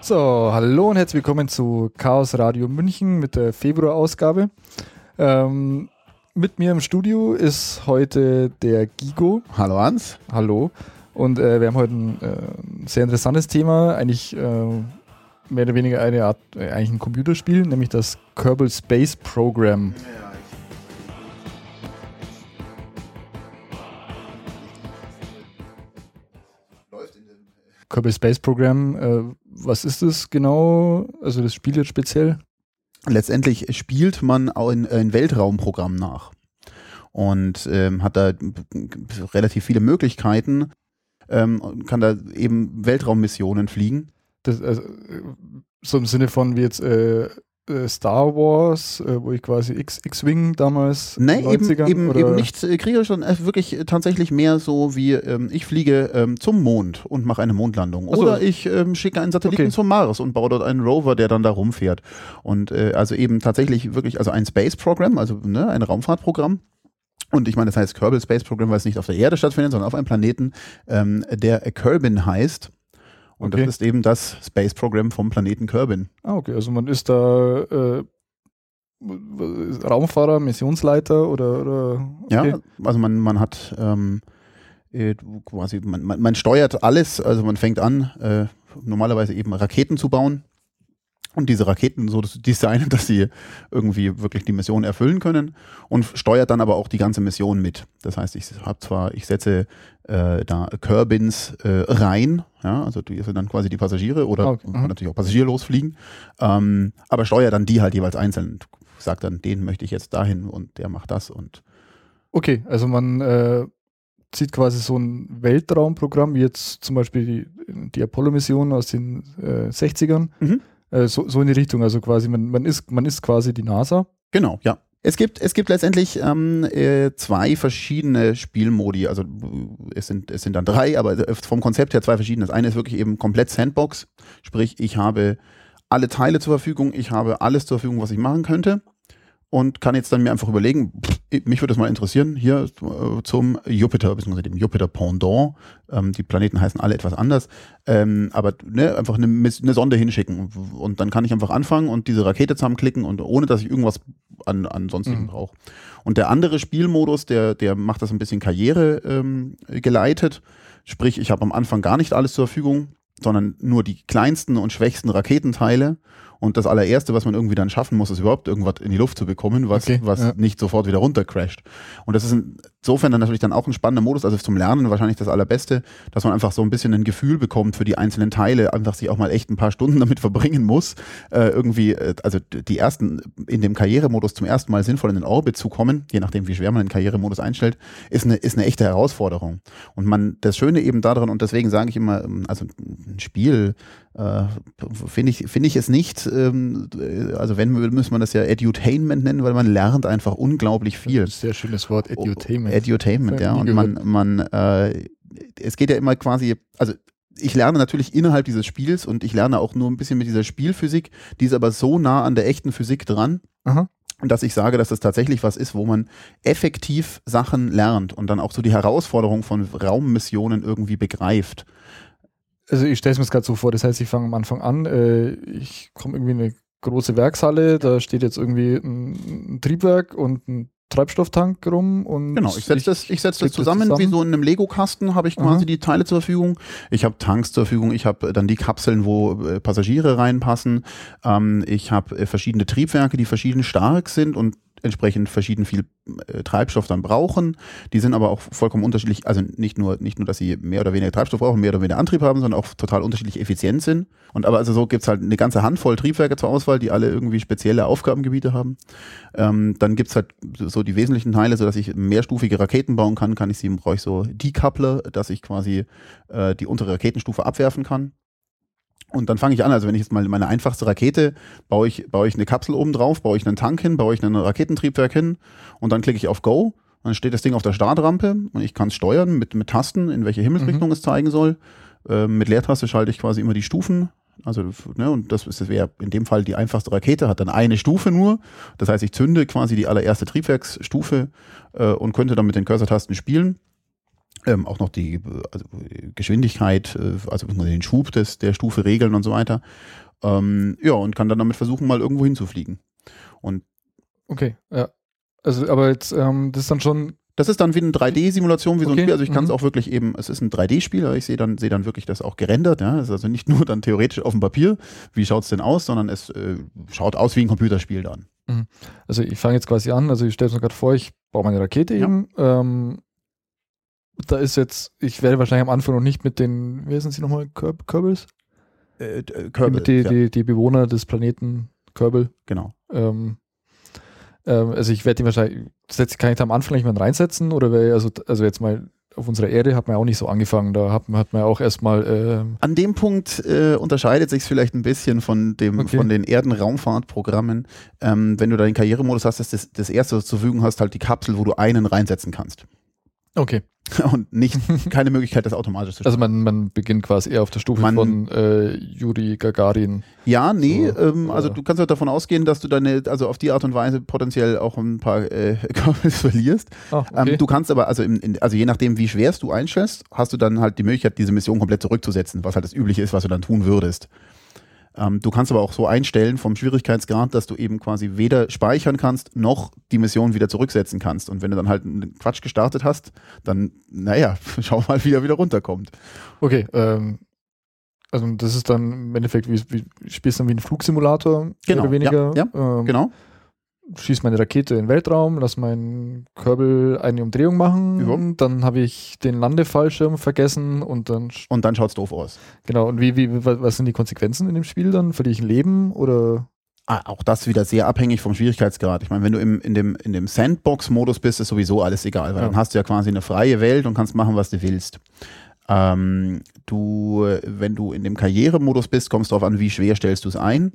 So, hallo und herzlich willkommen zu Chaos Radio München mit der Februarausgabe. Mit mir im Studio ist heute der Gigo. Hallo Hans. Hallo. Und wir haben heute ein sehr interessantes Thema, eigentlich mehr oder weniger eine Art, eigentlich ein Computerspiel, nämlich das Kerbal Space Program. Kerbal Space Program, was ist das genau? Also das Spiel jetzt speziell? Letztendlich spielt man auch ein Weltraumprogramm nach und hat da relativ viele Möglichkeiten, kann da eben Weltraummissionen fliegen. Das, also, so im Sinne von wie jetzt Star Wars, wo ich quasi X-Wing damals Nee, eben oder? nicht kriegerisch, sondern wirklich tatsächlich mehr so wie ich fliege zum Mond und mache eine Mondlandung. So. Oder ich schicke einen Satelliten zum Mars und baue dort einen Rover, der dann da rumfährt. Und also eben tatsächlich wirklich, also ein Space Program, also ein Raumfahrtprogramm. Und ich meine, das heißt Kerbal Space Program, weil es nicht auf der Erde stattfindet, sondern auf einem Planeten, der Kerbin heißt. Und das ist eben das Space-Programm vom Planeten Kerbin. Ah, okay. Also man ist da Raumfahrer, Missionsleiter oder okay. Ja, also man hat quasi, man steuert alles, also man fängt an, normalerweise eben Raketen zu bauen und diese Raketen so designen, dass sie irgendwie wirklich die Mission erfüllen können und steuert dann aber auch die ganze Mission mit. Das heißt, ich setze da Kerbins rein, ja, also die sind dann quasi die Passagiere oder man kann natürlich auch passagierlos fliegen, aber steuert dann die halt jeweils einzeln. Sagt dann, den möchte ich jetzt dahin und der macht das und okay, also man zieht quasi so ein Weltraumprogramm, wie jetzt zum Beispiel die Apollo-Mission aus den 60ern, so in die Richtung, also quasi man ist quasi die NASA. Genau, ja. Es gibt letztendlich zwei verschiedene Spielmodi, also es sind dann drei, aber vom Konzept her zwei verschiedene. Das eine ist wirklich eben komplett Sandbox, sprich ich habe alle Teile zur Verfügung, ich habe alles zur Verfügung, was ich machen könnte und kann jetzt dann mir einfach überlegen, mich würde das mal interessieren, hier zum Jupiter, beziehungsweise dem Jupiter-Pendant, die Planeten heißen alle etwas anders, aber einfach eine Sonde hinschicken und dann kann ich einfach anfangen und diese Rakete zusammenklicken und ohne, dass ich irgendwas an sonstigen brauche. Und der andere Spielmodus, der macht das ein bisschen Karriere geleitet, sprich ich habe am Anfang gar nicht alles zur Verfügung, sondern nur die kleinsten und schwächsten Raketenteile. Und das allererste, was man irgendwie dann schaffen muss, ist überhaupt irgendwas in die Luft zu bekommen, was nicht sofort wieder runtercrasht. Und das ist insofern dann natürlich dann auch ein spannender Modus, also zum Lernen wahrscheinlich das Allerbeste, dass man einfach so ein bisschen ein Gefühl bekommt für die einzelnen Teile, einfach sich auch mal echt ein paar Stunden damit verbringen muss, also die ersten in dem Karrieremodus zum ersten Mal sinnvoll in den Orbit zu kommen, je nachdem wie schwer man den Karrieremodus einstellt, ist eine echte Herausforderung. Und das Schöne eben daran, und deswegen sage ich immer, also ein Spiel finde ich es nicht, also wenn, müsste man das ja Edutainment nennen, weil man lernt einfach unglaublich viel. Das ist ein sehr schönes Wort, Edutainment. Edutainment, ja. Und es geht ja immer quasi, also ich lerne natürlich innerhalb dieses Spiels und ich lerne auch nur ein bisschen mit dieser Spielphysik, die ist aber so nah an der echten Physik dran, dass ich sage, dass das tatsächlich was ist, wo man effektiv Sachen lernt und dann auch so die Herausforderung von Raummissionen irgendwie begreift. Also ich stelle es mir gerade so vor, das heißt, ich fange am Anfang an, ich komme irgendwie in eine große Werkshalle, da steht jetzt irgendwie ein Triebwerk und ein Treibstofftank rum und genau, ich setze das zusammen wie so in einem Lego-Kasten, habe ich quasi die Teile zur Verfügung. Ich habe Tanks zur Verfügung, ich habe dann die Kapseln, wo Passagiere reinpassen. Ich habe verschiedene Triebwerke, die verschieden stark sind und entsprechend verschieden viel Treibstoff dann brauchen. Die sind aber auch vollkommen unterschiedlich, also nicht nur, dass sie mehr oder weniger Treibstoff brauchen, mehr oder weniger Antrieb haben, sondern auch total unterschiedlich effizient sind. Und aber also so gibt es halt eine ganze Handvoll Triebwerke zur Auswahl, die alle irgendwie spezielle Aufgabengebiete haben. Dann gibt es halt so die wesentlichen Teile, sodass ich mehrstufige Raketen bauen kann, brauche ich so Decoupler, dass ich quasi die untere Raketenstufe abwerfen kann. Und dann fange ich an, also wenn ich jetzt mal meine einfachste Rakete, baue ich eine Kapsel oben drauf, baue ich einen Tank hin, baue ich ein Raketentriebwerk hin und dann klicke ich auf Go, dann steht das Ding auf der Startrampe und ich kann es steuern mit Tasten, in welche Himmelsrichtung es zeigen soll. Mit Leertaste schalte ich quasi immer die Stufen, also und das wäre in dem Fall die einfachste Rakete, hat dann eine Stufe nur, das heißt ich zünde quasi die allererste Triebwerksstufe und könnte dann mit den Cursor-Tasten spielen. Auch noch die Geschwindigkeit, also den Schub der Stufe regeln und so weiter. Und kann dann damit versuchen, mal irgendwo hinzufliegen. Und okay, ja. Also, aber jetzt, das ist dann schon. Das ist dann wie eine 3D-Simulation, wie so ein Spiel. Also ich kann es Mhm. auch wirklich eben, es ist ein 3D-Spiel, aber ich sehe dann wirklich das auch gerendert. Ja? Es ist also nicht nur dann theoretisch auf dem Papier, wie schaut es denn aus, sondern es schaut aus wie ein Computerspiel dann. Mhm. Also ich fange jetzt quasi an, also ich stelle es mir gerade vor, ich baue meine Rakete eben. Da ist jetzt, ich werde wahrscheinlich am Anfang noch nicht mit den, wie heißen sie nochmal, Kerbals? Kerbal, Die Bewohner des Planeten Kerbal. Genau. Also ich werde die wahrscheinlich, kann ich da am Anfang nicht mal reinsetzen oder also jetzt mal auf unserer Erde hat man ja auch nicht so angefangen, da hat man ja auch erstmal An dem Punkt unterscheidet sich es vielleicht ein bisschen von den Erden-Raumfahrtprogrammen. Wenn du da den Karrieremodus hast, ist das erste, was du zur Verfügung hast, halt die Kapsel, wo du einen reinsetzen kannst. okay. Und keine Möglichkeit, das automatisch zu Also starten. man beginnt quasi eher auf der Stufe von Juri Gagarin. Ja, nee, So, also du kannst halt davon ausgehen, dass du also auf die Art und Weise potenziell auch ein paar Kabels verlierst. Okay. Du kannst aber, also je nachdem, wie schwer es du einstellst, hast du dann halt die Möglichkeit, diese Mission komplett zurückzusetzen, was halt das Übliche ist, was du dann tun würdest. Du kannst aber auch so einstellen vom Schwierigkeitsgrad, dass du eben quasi weder speichern kannst, noch die Mission wieder zurücksetzen kannst. Und wenn du dann halt einen Quatsch gestartet hast, dann, schau mal, wie er wieder runterkommt. Okay, also das ist dann im Endeffekt, wie spielst du dann wie ein Flugsimulator, Genau, mehr oder weniger. ja, genau. Schieß meine Rakete in den Weltraum, lass meinen Kerbal eine Umdrehung machen, Ja. dann habe ich den Landefallschirm vergessen und dann schaut's doof aus. genau, und was sind die Konsequenzen in dem Spiel dann? Verliere ich ein Leben oder? Auch das wieder sehr abhängig vom Schwierigkeitsgrad. Ich meine, wenn du in dem Sandbox-Modus bist, ist sowieso alles egal, weil dann hast du ja quasi eine freie Welt und kannst machen, was du willst. Wenn du in dem Karrieremodus bist, kommst du darauf an, wie schwer stellst du es ein.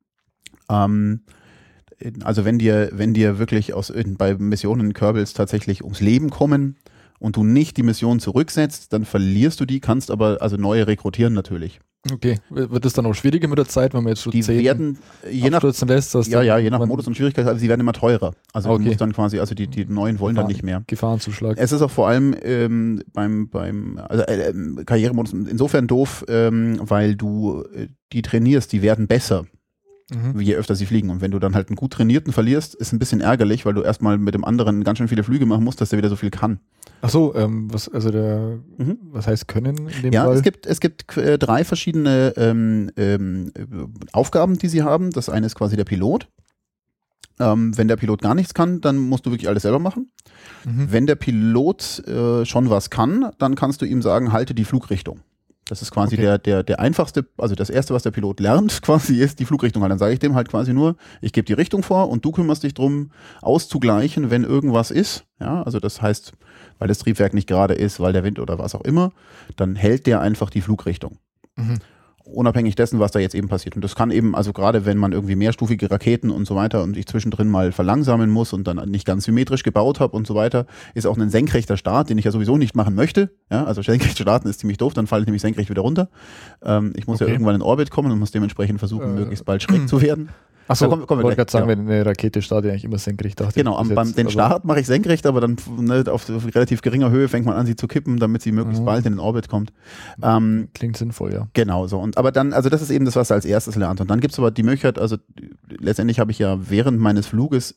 Also wenn dir wirklich bei Missionen Kerbals tatsächlich ums Leben kommen und du nicht die Mission zurücksetzt, dann verlierst du die, kannst aber also neue rekrutieren natürlich. Okay, wird es dann auch schwieriger mit der Zeit, wenn man jetzt schon Die 10 werden, je nach lässt? je nach Modus und Schwierigkeit, also sie werden immer teurer. Also du musst dann quasi, also die neuen wollen dann nicht mehr. Gefahrenzuschlag. Es ist auch vor allem beim Karrieremodus insofern doof, weil du die trainierst, die werden besser. Je öfter sie fliegen. Und wenn du dann halt einen gut trainierten verlierst, ist ein bisschen ärgerlich, weil du erstmal mit dem anderen ganz schön viele Flüge machen musst, dass der wieder so viel kann. Ach so, was heißt können in dem Ja, Fall? es gibt 3 verschiedene Aufgaben, die sie haben. Das eine ist quasi der Pilot. Wenn der Pilot gar nichts kann, dann musst du wirklich alles selber machen. Wenn der Pilot schon was kann, dann kannst du ihm sagen, halte die Flugrichtung. Das ist quasi der einfachste, also das Erste, was der Pilot lernt, quasi ist die Flugrichtung. Dann sage ich dem halt quasi nur, ich gebe die Richtung vor und du kümmerst dich drum, auszugleichen, wenn irgendwas ist. Ja, also das heißt, weil das Triebwerk nicht gerade ist, weil der Wind oder was auch immer, dann hält der einfach die Flugrichtung. Unabhängig dessen, was da jetzt eben passiert. Und das kann eben, also gerade wenn man irgendwie mehrstufige Raketen und so weiter und ich zwischendrin mal verlangsamen muss und dann nicht ganz symmetrisch gebaut habe und so weiter, ist auch ein senkrechter Start, den ich ja sowieso nicht machen möchte. Ja, also senkrecht starten ist ziemlich doof, dann falle ich nämlich senkrecht wieder runter. Ich muss ja irgendwann in Orbit kommen und muss dementsprechend versuchen, möglichst bald schräg zu werden. Achso, ich wollte gerade sagen, wenn eine Rakete startet, eigentlich immer senkrecht. Genau, den Start mache ich senkrecht, aber dann auf relativ geringer Höhe fängt man an, sie zu kippen, damit sie möglichst bald in den Orbit kommt. Klingt sinnvoll, ja. Genau so. Aber dann, also das ist eben das, was du als erstes lernt. Und dann gibt es aber die Möglichkeit, also letztendlich habe ich ja während meines Fluges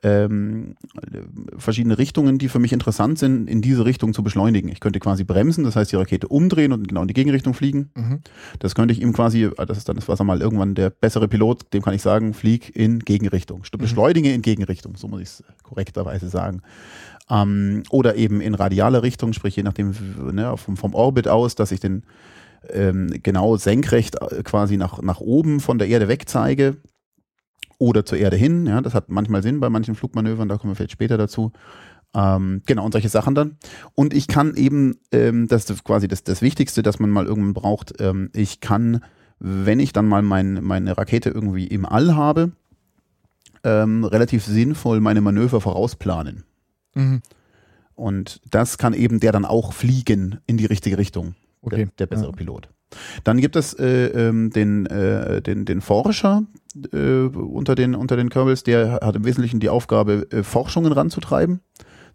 verschiedene Richtungen, die für mich interessant sind, in diese Richtung zu beschleunigen. Ich könnte quasi bremsen, das heißt die Rakete umdrehen und genau in die Gegenrichtung fliegen. Das könnte ich ihm quasi, das ist dann das, was er mal irgendwann der bessere Pilot, dem kann ich sagen, flieg in Gegenrichtung. Beschleunige in Gegenrichtung, so muss ich es korrekterweise sagen. Oder eben in radiale Richtung, sprich je nachdem vom Orbit aus, dass ich den genau senkrecht quasi nach oben von der Erde weg zeige. Oder zur Erde hin, ja, das hat manchmal Sinn bei manchen Flugmanövern, da kommen wir vielleicht später dazu. Genau, und solche Sachen dann. Und ich kann eben, das ist quasi das Wichtigste, das man mal irgendwann braucht, ich kann, wenn ich dann mal meine Rakete irgendwie im All habe, relativ sinnvoll meine Manöver vorausplanen. Und das kann eben der dann auch fliegen in die richtige Richtung, der bessere Pilot. Dann gibt es den Forscher unter den Kerbals, der hat im Wesentlichen die Aufgabe, Forschungen ranzutreiben.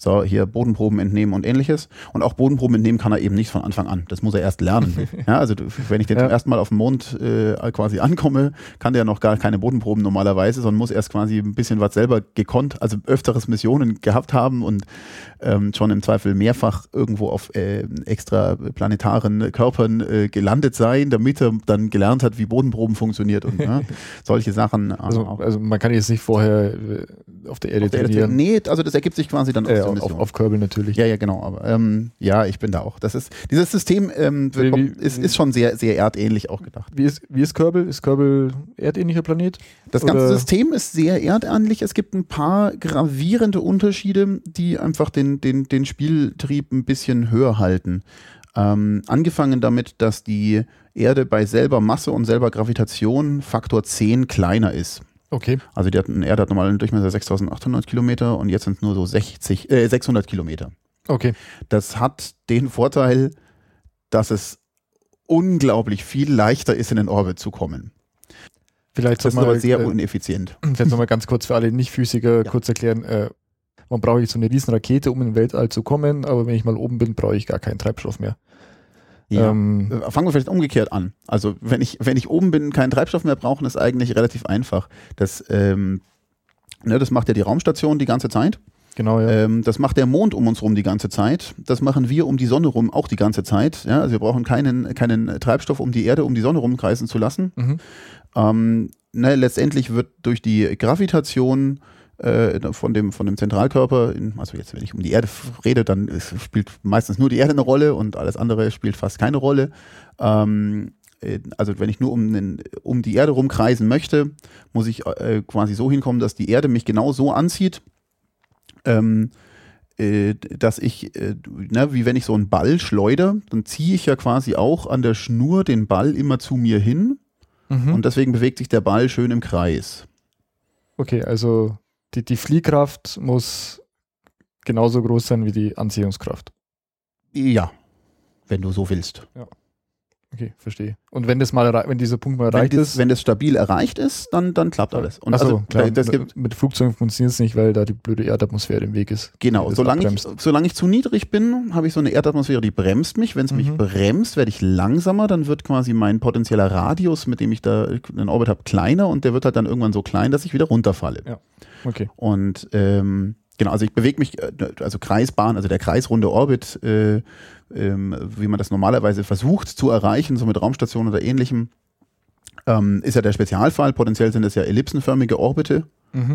so, hier Bodenproben entnehmen und ähnliches. Und auch Bodenproben entnehmen kann er eben nicht von Anfang an. Das muss er erst lernen. Ja, also wenn ich den zum ersten Mal auf dem Mond quasi ankomme, kann der noch gar keine Bodenproben normalerweise, sondern muss erst quasi ein bisschen was selber gekonnt, also öfteres Missionen gehabt haben und schon im Zweifel mehrfach irgendwo auf extraplanetaren Körpern gelandet sein, damit er dann gelernt hat, wie Bodenproben funktioniert und solche Sachen. Also man kann jetzt nicht vorher auf der Erde trainieren. Nee, also das ergibt sich quasi dann auf Kerbal natürlich. Ja, genau. Aber ja, ich bin da auch. Dieses System ist schon sehr, sehr erdähnlich auch gedacht. Wie ist Kerbal? Ist Kerbal erdähnlicher Planet? Das ganze System ist sehr erdähnlich. Es gibt ein paar gravierende Unterschiede, die einfach den Spieltrieb ein bisschen höher halten. Angefangen damit, dass die Erde bei selber Masse und selber Gravitation Faktor 10 kleiner ist. Okay. Also die Erde hat normal einen Durchmesser 6.800 Kilometer und jetzt sind es nur so 600 Kilometer. Okay. Das hat den Vorteil, dass es unglaublich viel leichter ist, in den Orbit zu kommen. Vielleicht das ist aber sehr ineffizient. Vielleicht nochmal ganz kurz für alle Nicht-Physiker kurz erklären, man braucht jetzt so eine riesen Rakete, um in den Weltall zu kommen, aber wenn ich mal oben bin, brauche ich gar keinen Treibstoff mehr. Ja. Fangen wir vielleicht umgekehrt an. Also wenn ich oben bin, keinen Treibstoff mehr brauche, ist eigentlich relativ einfach. Das macht ja die Raumstation die ganze Zeit. Genau, ja. Das macht der Mond um uns rum die ganze Zeit. Das machen wir um die Sonne rum auch die ganze Zeit. Ja? Also wir brauchen keinen Treibstoff, um die Erde um die Sonne rumkreisen zu lassen. Letztendlich wird durch die Gravitation von dem Zentralkörper, also jetzt, wenn ich um die Erde rede, dann spielt meistens nur die Erde eine Rolle und alles andere spielt fast keine Rolle. Also wenn ich nur um die Erde rumkreisen möchte, muss ich quasi so hinkommen, dass die Erde mich genau so anzieht, dass ich, wie wenn ich so einen Ball schleudere, dann ziehe ich ja quasi auch an der Schnur den Ball immer zu mir hin und deswegen bewegt sich der Ball schön im Kreis. Okay, also die Fliehkraft muss genauso groß sein wie die Anziehungskraft. Ja, wenn du so willst. Ja. Okay, verstehe. Und wenn dieser Punkt mal erreicht ist? Wenn das stabil erreicht ist, dann klappt alles. Und also, klar, mit Flugzeugen funktioniert es nicht, weil da die blöde Erdatmosphäre im Weg ist. Genau, solange ich zu niedrig bin, habe ich so eine Erdatmosphäre, die bremst mich. Wenn es mich bremst, werde ich langsamer, dann wird quasi mein potenzieller Radius, mit dem ich da einen Orbit habe, kleiner und der wird halt dann irgendwann so klein, dass ich wieder runterfalle. Ja, okay. Und genau, also ich bewege mich, also Kreisbahn, also der kreisrunde Orbit, wie man das normalerweise versucht zu erreichen, so mit Raumstationen oder ähnlichem, ist ja der Spezialfall. Potenziell sind es ja ellipsenförmige Orbite.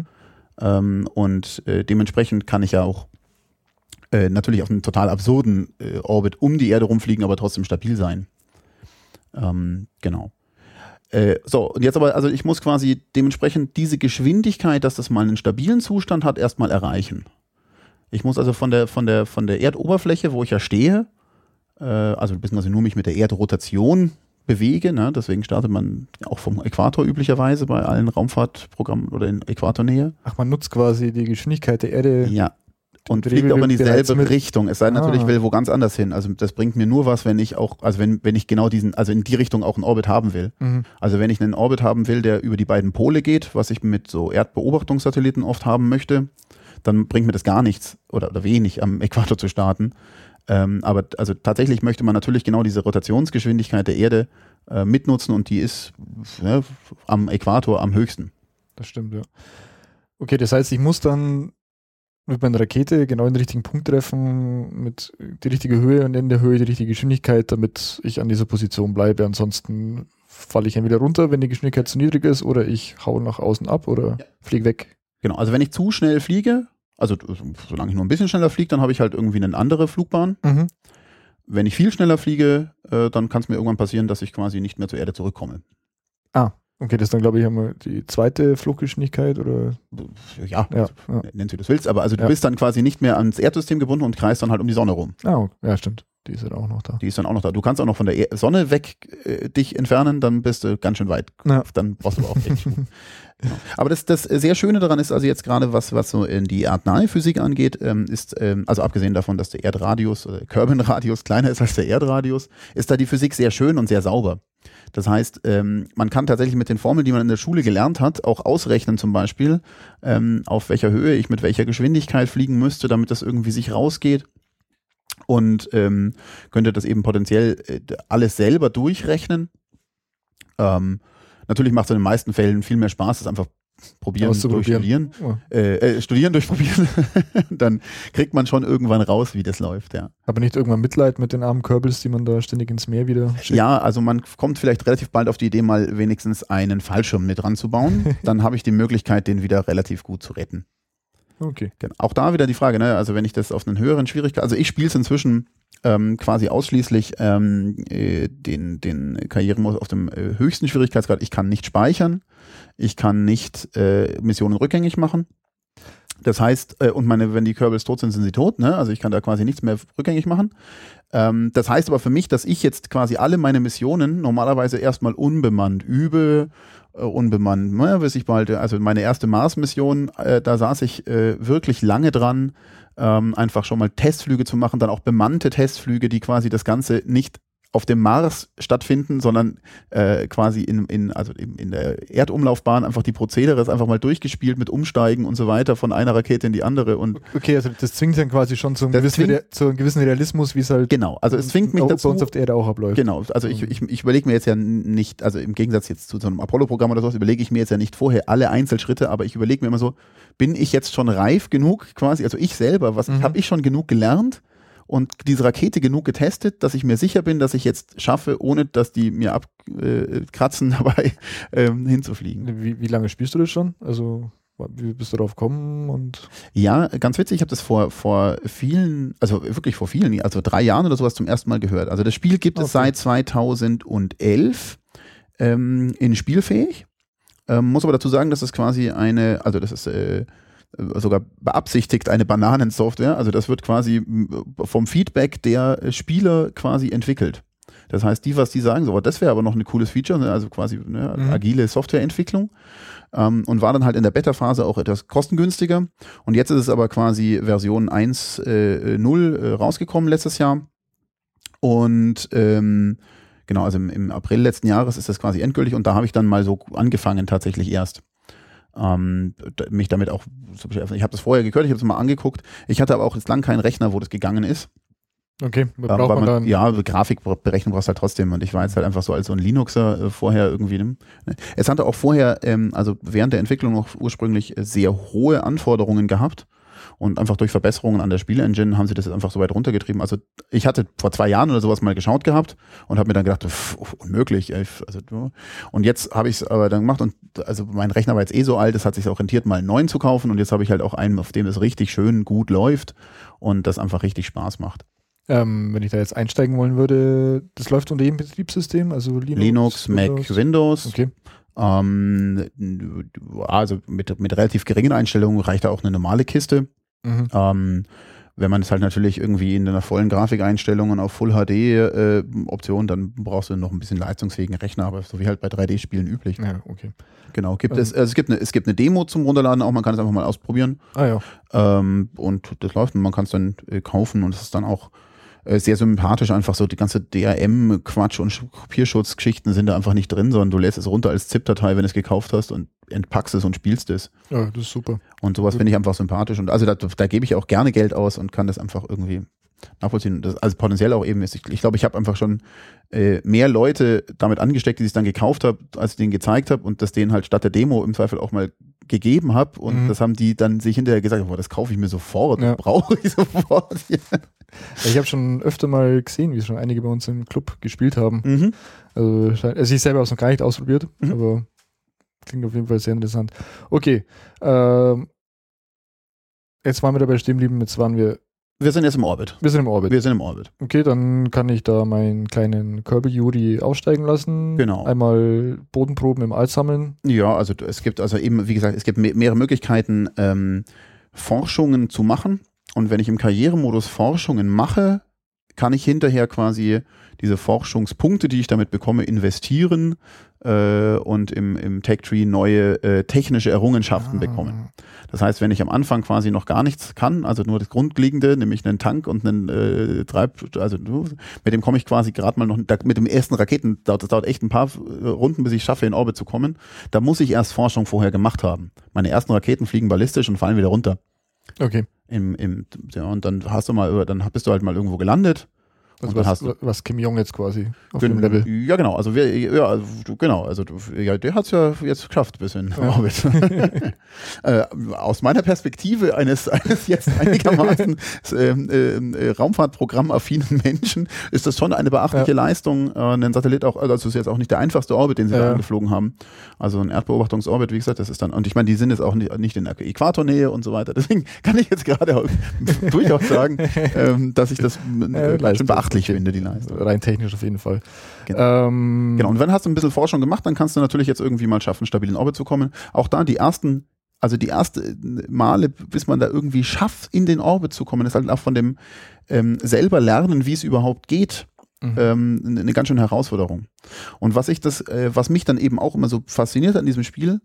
Und dementsprechend kann ich ja auch natürlich auf einen total absurden Orbit um die Erde rumfliegen, aber trotzdem stabil sein. Genau. So, und jetzt aber, also ich muss quasi dementsprechend diese Geschwindigkeit, dass das mal einen stabilen Zustand hat, erstmal erreichen. Ich muss also von der Erdoberfläche, wo ich ja stehe, also beziehungsweise nur mich mit der Erdrotation bewege, ne? Deswegen startet man auch vom Äquator üblicherweise bei allen Raumfahrtprogrammen oder in Äquatornähe. Ach, man nutzt quasi die Geschwindigkeit der Erde. Ja. Und fliegt auch in dieselbe Richtung. Es sei denn natürlich, ich will wo ganz anders hin. Also das bringt mir nur was, wenn ich genau in die Richtung auch einen Orbit haben will. Also wenn ich einen Orbit haben will, der über die beiden Pole geht, was ich mit so Erdbeobachtungssatelliten oft haben möchte, dann bringt mir das gar nichts oder wenig am Äquator zu starten. Aber also tatsächlich möchte man natürlich genau diese Rotationsgeschwindigkeit der Erde mitnutzen und die ist am Äquator am höchsten. Das stimmt, ja. Okay, das heißt, ich muss dann mit meiner Rakete genau den richtigen Punkt treffen, mit die richtige Höhe und in der Höhe die richtige Geschwindigkeit, damit ich an dieser Position bleibe. Ansonsten falle ich entweder runter, wenn die Geschwindigkeit zu niedrig ist, oder ich hau nach außen ab oder fliege weg. Genau, also wenn ich zu schnell fliege, also solange ich nur ein bisschen schneller fliege, dann habe ich halt irgendwie eine andere Flugbahn. Wenn ich viel schneller fliege, dann kann es mir irgendwann passieren, dass ich quasi nicht mehr zur Erde zurückkomme. Ah, okay, das ist dann, glaube ich, einmal die zweite Fluchtgeschwindigkeit, oder? Ja. Nenn sie das willst, aber also du bist dann quasi nicht mehr ans Erdsystem gebunden und kreist dann halt um die Sonne rum. Ah, ja, stimmt. die ist dann auch noch da. Die ist dann auch noch da. Du kannst auch noch von der Sonne weg dich entfernen, dann bist du ganz schön weit. Ja. Dann brauchst du aber auch echt Schwung. Genau. Aber das sehr Schöne daran ist also jetzt gerade, was so in die erdnahe Physik angeht, ist, also abgesehen davon, dass der Erdradius oder Kerbin-Radius kleiner ist als der Erdradius, ist da die Physik sehr schön und sehr sauber. Das heißt, man kann tatsächlich mit den Formeln, die man in der Schule gelernt hat, auch ausrechnen zum Beispiel, auf welcher Höhe ich mit welcher Geschwindigkeit fliegen müsste, damit das irgendwie sich rausgeht. Und könnte das eben potenziell alles selber durchrechnen. Natürlich macht es in den meisten Fällen viel mehr Spaß, das einfach probieren durch Studieren. Studieren durch Probieren. Dann kriegt man schon irgendwann raus, wie das läuft, ja. Aber nicht irgendwann Mitleid mit den armen Kerbals, die man da ständig ins Meer wieder schickt? Ja, also man kommt vielleicht relativ bald auf die Idee, mal wenigstens einen Fallschirm mit dran zu bauen. Dann habe ich die Möglichkeit, den wieder relativ gut zu retten. Okay. Auch da wieder die Frage, ne? Also wenn ich das auf einen höheren Schwierigkeit, also ich spiele es inzwischen quasi ausschließlich den Karrieremodus auf dem höchsten Schwierigkeitsgrad. Ich kann nicht speichern, ich kann nicht Missionen rückgängig machen. Das heißt, wenn die Kerbals tot sind, sind sie tot, ne? Also ich kann da quasi nichts mehr rückgängig machen. Das heißt aber für mich, dass ich jetzt quasi alle meine Missionen normalerweise erstmal unbemannt übe, unbemannt, bis ich bald, also meine erste Mars-Mission, da saß ich wirklich lange dran, einfach schon mal Testflüge zu machen, dann auch bemannte Testflüge, die quasi das Ganze nicht auf dem Mars stattfinden, sondern quasi in der Erdumlaufbahn einfach die Prozedere ist einfach mal durchgespielt mit Umsteigen und so weiter von einer Rakete in die andere. Und okay, also das zwingt dann quasi schon zu einem gewissen Realismus, wie es halt genau, also es zwingt mich dazu, bei uns auf der Erde auch abläuft. Genau, also ich überlege mir jetzt ja nicht, also im Gegensatz jetzt zu so einem Apollo-Programm oder sowas, überlege ich mir jetzt ja nicht vorher alle Einzelschritte, aber ich überlege mir immer so, bin ich jetzt schon reif genug quasi, also ich selber, habe ich schon genug gelernt und diese Rakete genug getestet, dass ich mir sicher bin, dass ich jetzt schaffe, ohne dass die mir abkratzen dabei hinzufliegen. Wie lange spielst du das schon? Also wie bist du darauf gekommen? Und ja, ganz witzig, ich habe das vor vielen, also wirklich vor vielen, also 3 Jahren oder sowas zum ersten Mal gehört. Also das Spiel gibt es seit 2011 in spielfähig. Muss aber dazu sagen, dass es quasi das ist sogar beabsichtigt eine Bananensoftware, also das wird quasi vom Feedback der Spieler quasi entwickelt. Das heißt, was die sagen, so, das wäre aber noch ein cooles Feature, ne? Also quasi agile Softwareentwicklung, und war dann halt in der Beta-Phase auch etwas kostengünstiger und jetzt ist es aber quasi Version 1.0 rausgekommen letztes Jahr und genau, also im April letzten Jahres ist das quasi endgültig und da habe ich dann mal so angefangen tatsächlich erst. Mich damit auch zu beschäftigen. Ich habe das vorher gehört, ich habe es mal angeguckt. Ich hatte aber auch jetzt lang keinen Rechner, wo das gegangen ist. Okay, braucht man dann? Ja, Grafikberechnung brauchst du halt trotzdem und ich war jetzt halt einfach so als so ein Linuxer vorher irgendwie. Es hatte auch vorher, also während der Entwicklung noch ursprünglich sehr hohe Anforderungen gehabt. Und einfach durch Verbesserungen an der Spiele-Engine haben sie das jetzt einfach so weit runtergetrieben. Also ich hatte vor 2 Jahren oder sowas mal geschaut gehabt und habe mir dann gedacht, unmöglich. Und jetzt habe ich es aber dann gemacht und also mein Rechner war jetzt so alt, es hat sich auch rentiert, mal einen neuen zu kaufen und jetzt habe ich halt auch einen, auf dem es richtig schön gut läuft und das einfach richtig Spaß macht. Wenn ich da jetzt einsteigen wollen würde, das läuft unter jedem Betriebssystem, also Linux, Mac, Windows. Okay. Also mit relativ geringen Einstellungen reicht da auch eine normale Kiste. Mhm. Wenn man es halt natürlich irgendwie in einer vollen Grafikeinstellung und auf Full HD Option, dann brauchst du noch ein bisschen leistungsfähigen Rechner, aber so wie halt bei 3D-Spielen üblich. Ja, okay. Genau, es gibt eine Demo zum Runterladen, auch man kann es einfach mal ausprobieren. Ja. Und das läuft und man kann es dann kaufen und es ist dann auch sehr sympathisch, einfach so die ganze DRM-Quatsch und Kopierschutzgeschichten sind da einfach nicht drin, sondern du lässt es runter als ZIP-Datei, wenn du es gekauft hast und entpackst es und spielst es. Ja, das ist super. Und sowas finde ich einfach sympathisch und also da gebe ich auch gerne Geld aus und kann das einfach irgendwie nachvollziehen. Das, also potenziell auch eben ist, ich glaube, ich habe einfach schon mehr Leute damit angesteckt, die sich dann gekauft haben, als ich denen gezeigt habe und das denen halt statt der Demo im Zweifel auch mal gegeben habe und das haben die dann sich hinterher gesagt, boah, das kaufe ich mir sofort, das brauche ich sofort. Ja. Ich habe schon öfter mal gesehen, wie schon einige bei uns im Club gespielt haben. Mhm. Also ich selber habe es noch gar nicht ausprobiert, aber klingt auf jeden Fall sehr interessant. Okay, jetzt waren wir dabei stehen geblieben, wir sind jetzt im Orbit. Wir sind im Orbit. Okay, dann kann ich da meinen kleinen Kerbal-Yuri aussteigen lassen. Genau. Einmal Bodenproben im All sammeln. Ja, also es gibt also eben, wie gesagt, es gibt mehrere Möglichkeiten, Forschungen zu machen. Und wenn ich im Karrieremodus Forschungen mache, kann ich hinterher quasi diese Forschungspunkte, die ich damit bekomme, investieren und im Tech-Tree neue technische Errungenschaften bekommen. Das heißt, wenn ich am Anfang quasi noch gar nichts kann, also nur das Grundlegende, nämlich einen Tank und einen mit dem komme ich quasi gerade mal noch, mit dem ersten Raketen, das dauert echt ein paar Runden, bis ich schaffe, in Orbit zu kommen. Da muss ich erst Forschung vorher gemacht haben. Meine ersten Raketen fliegen ballistisch und fallen wieder runter. Okay. Und dann dann bist du halt mal irgendwo gelandet. Also was Kim Jong jetzt quasi auf dem Level. Ja, genau. Also der hat es ja jetzt geschafft bis in Orbit. Aus meiner Perspektive eines jetzt einigermaßen Raumfahrtprogramm-affinen Menschen ist das schon eine beachtliche Leistung. Ein Satellit auch, also es ist jetzt auch nicht der einfachste Orbit, den sie da angeflogen haben. Also ein Erdbeobachtungsorbit, wie gesagt, das ist dann, und ich meine, die sind jetzt auch nicht in der Äquatornähe und so weiter. Deswegen kann ich jetzt gerade durchaus sagen, dass ich das schon beachtlich finde, die Leistung. Rein technisch auf jeden Fall. Genau. Und wenn hast du ein bisschen Forschung gemacht, dann kannst du natürlich jetzt irgendwie mal schaffen, stabil in Orbit zu kommen. Auch da die ersten Male, bis man da irgendwie schafft, in den Orbit zu kommen, ist halt auch von dem selber lernen, wie es überhaupt geht, eine ganz schöne Herausforderung. Und was mich dann eben auch immer so fasziniert an diesem Spiel,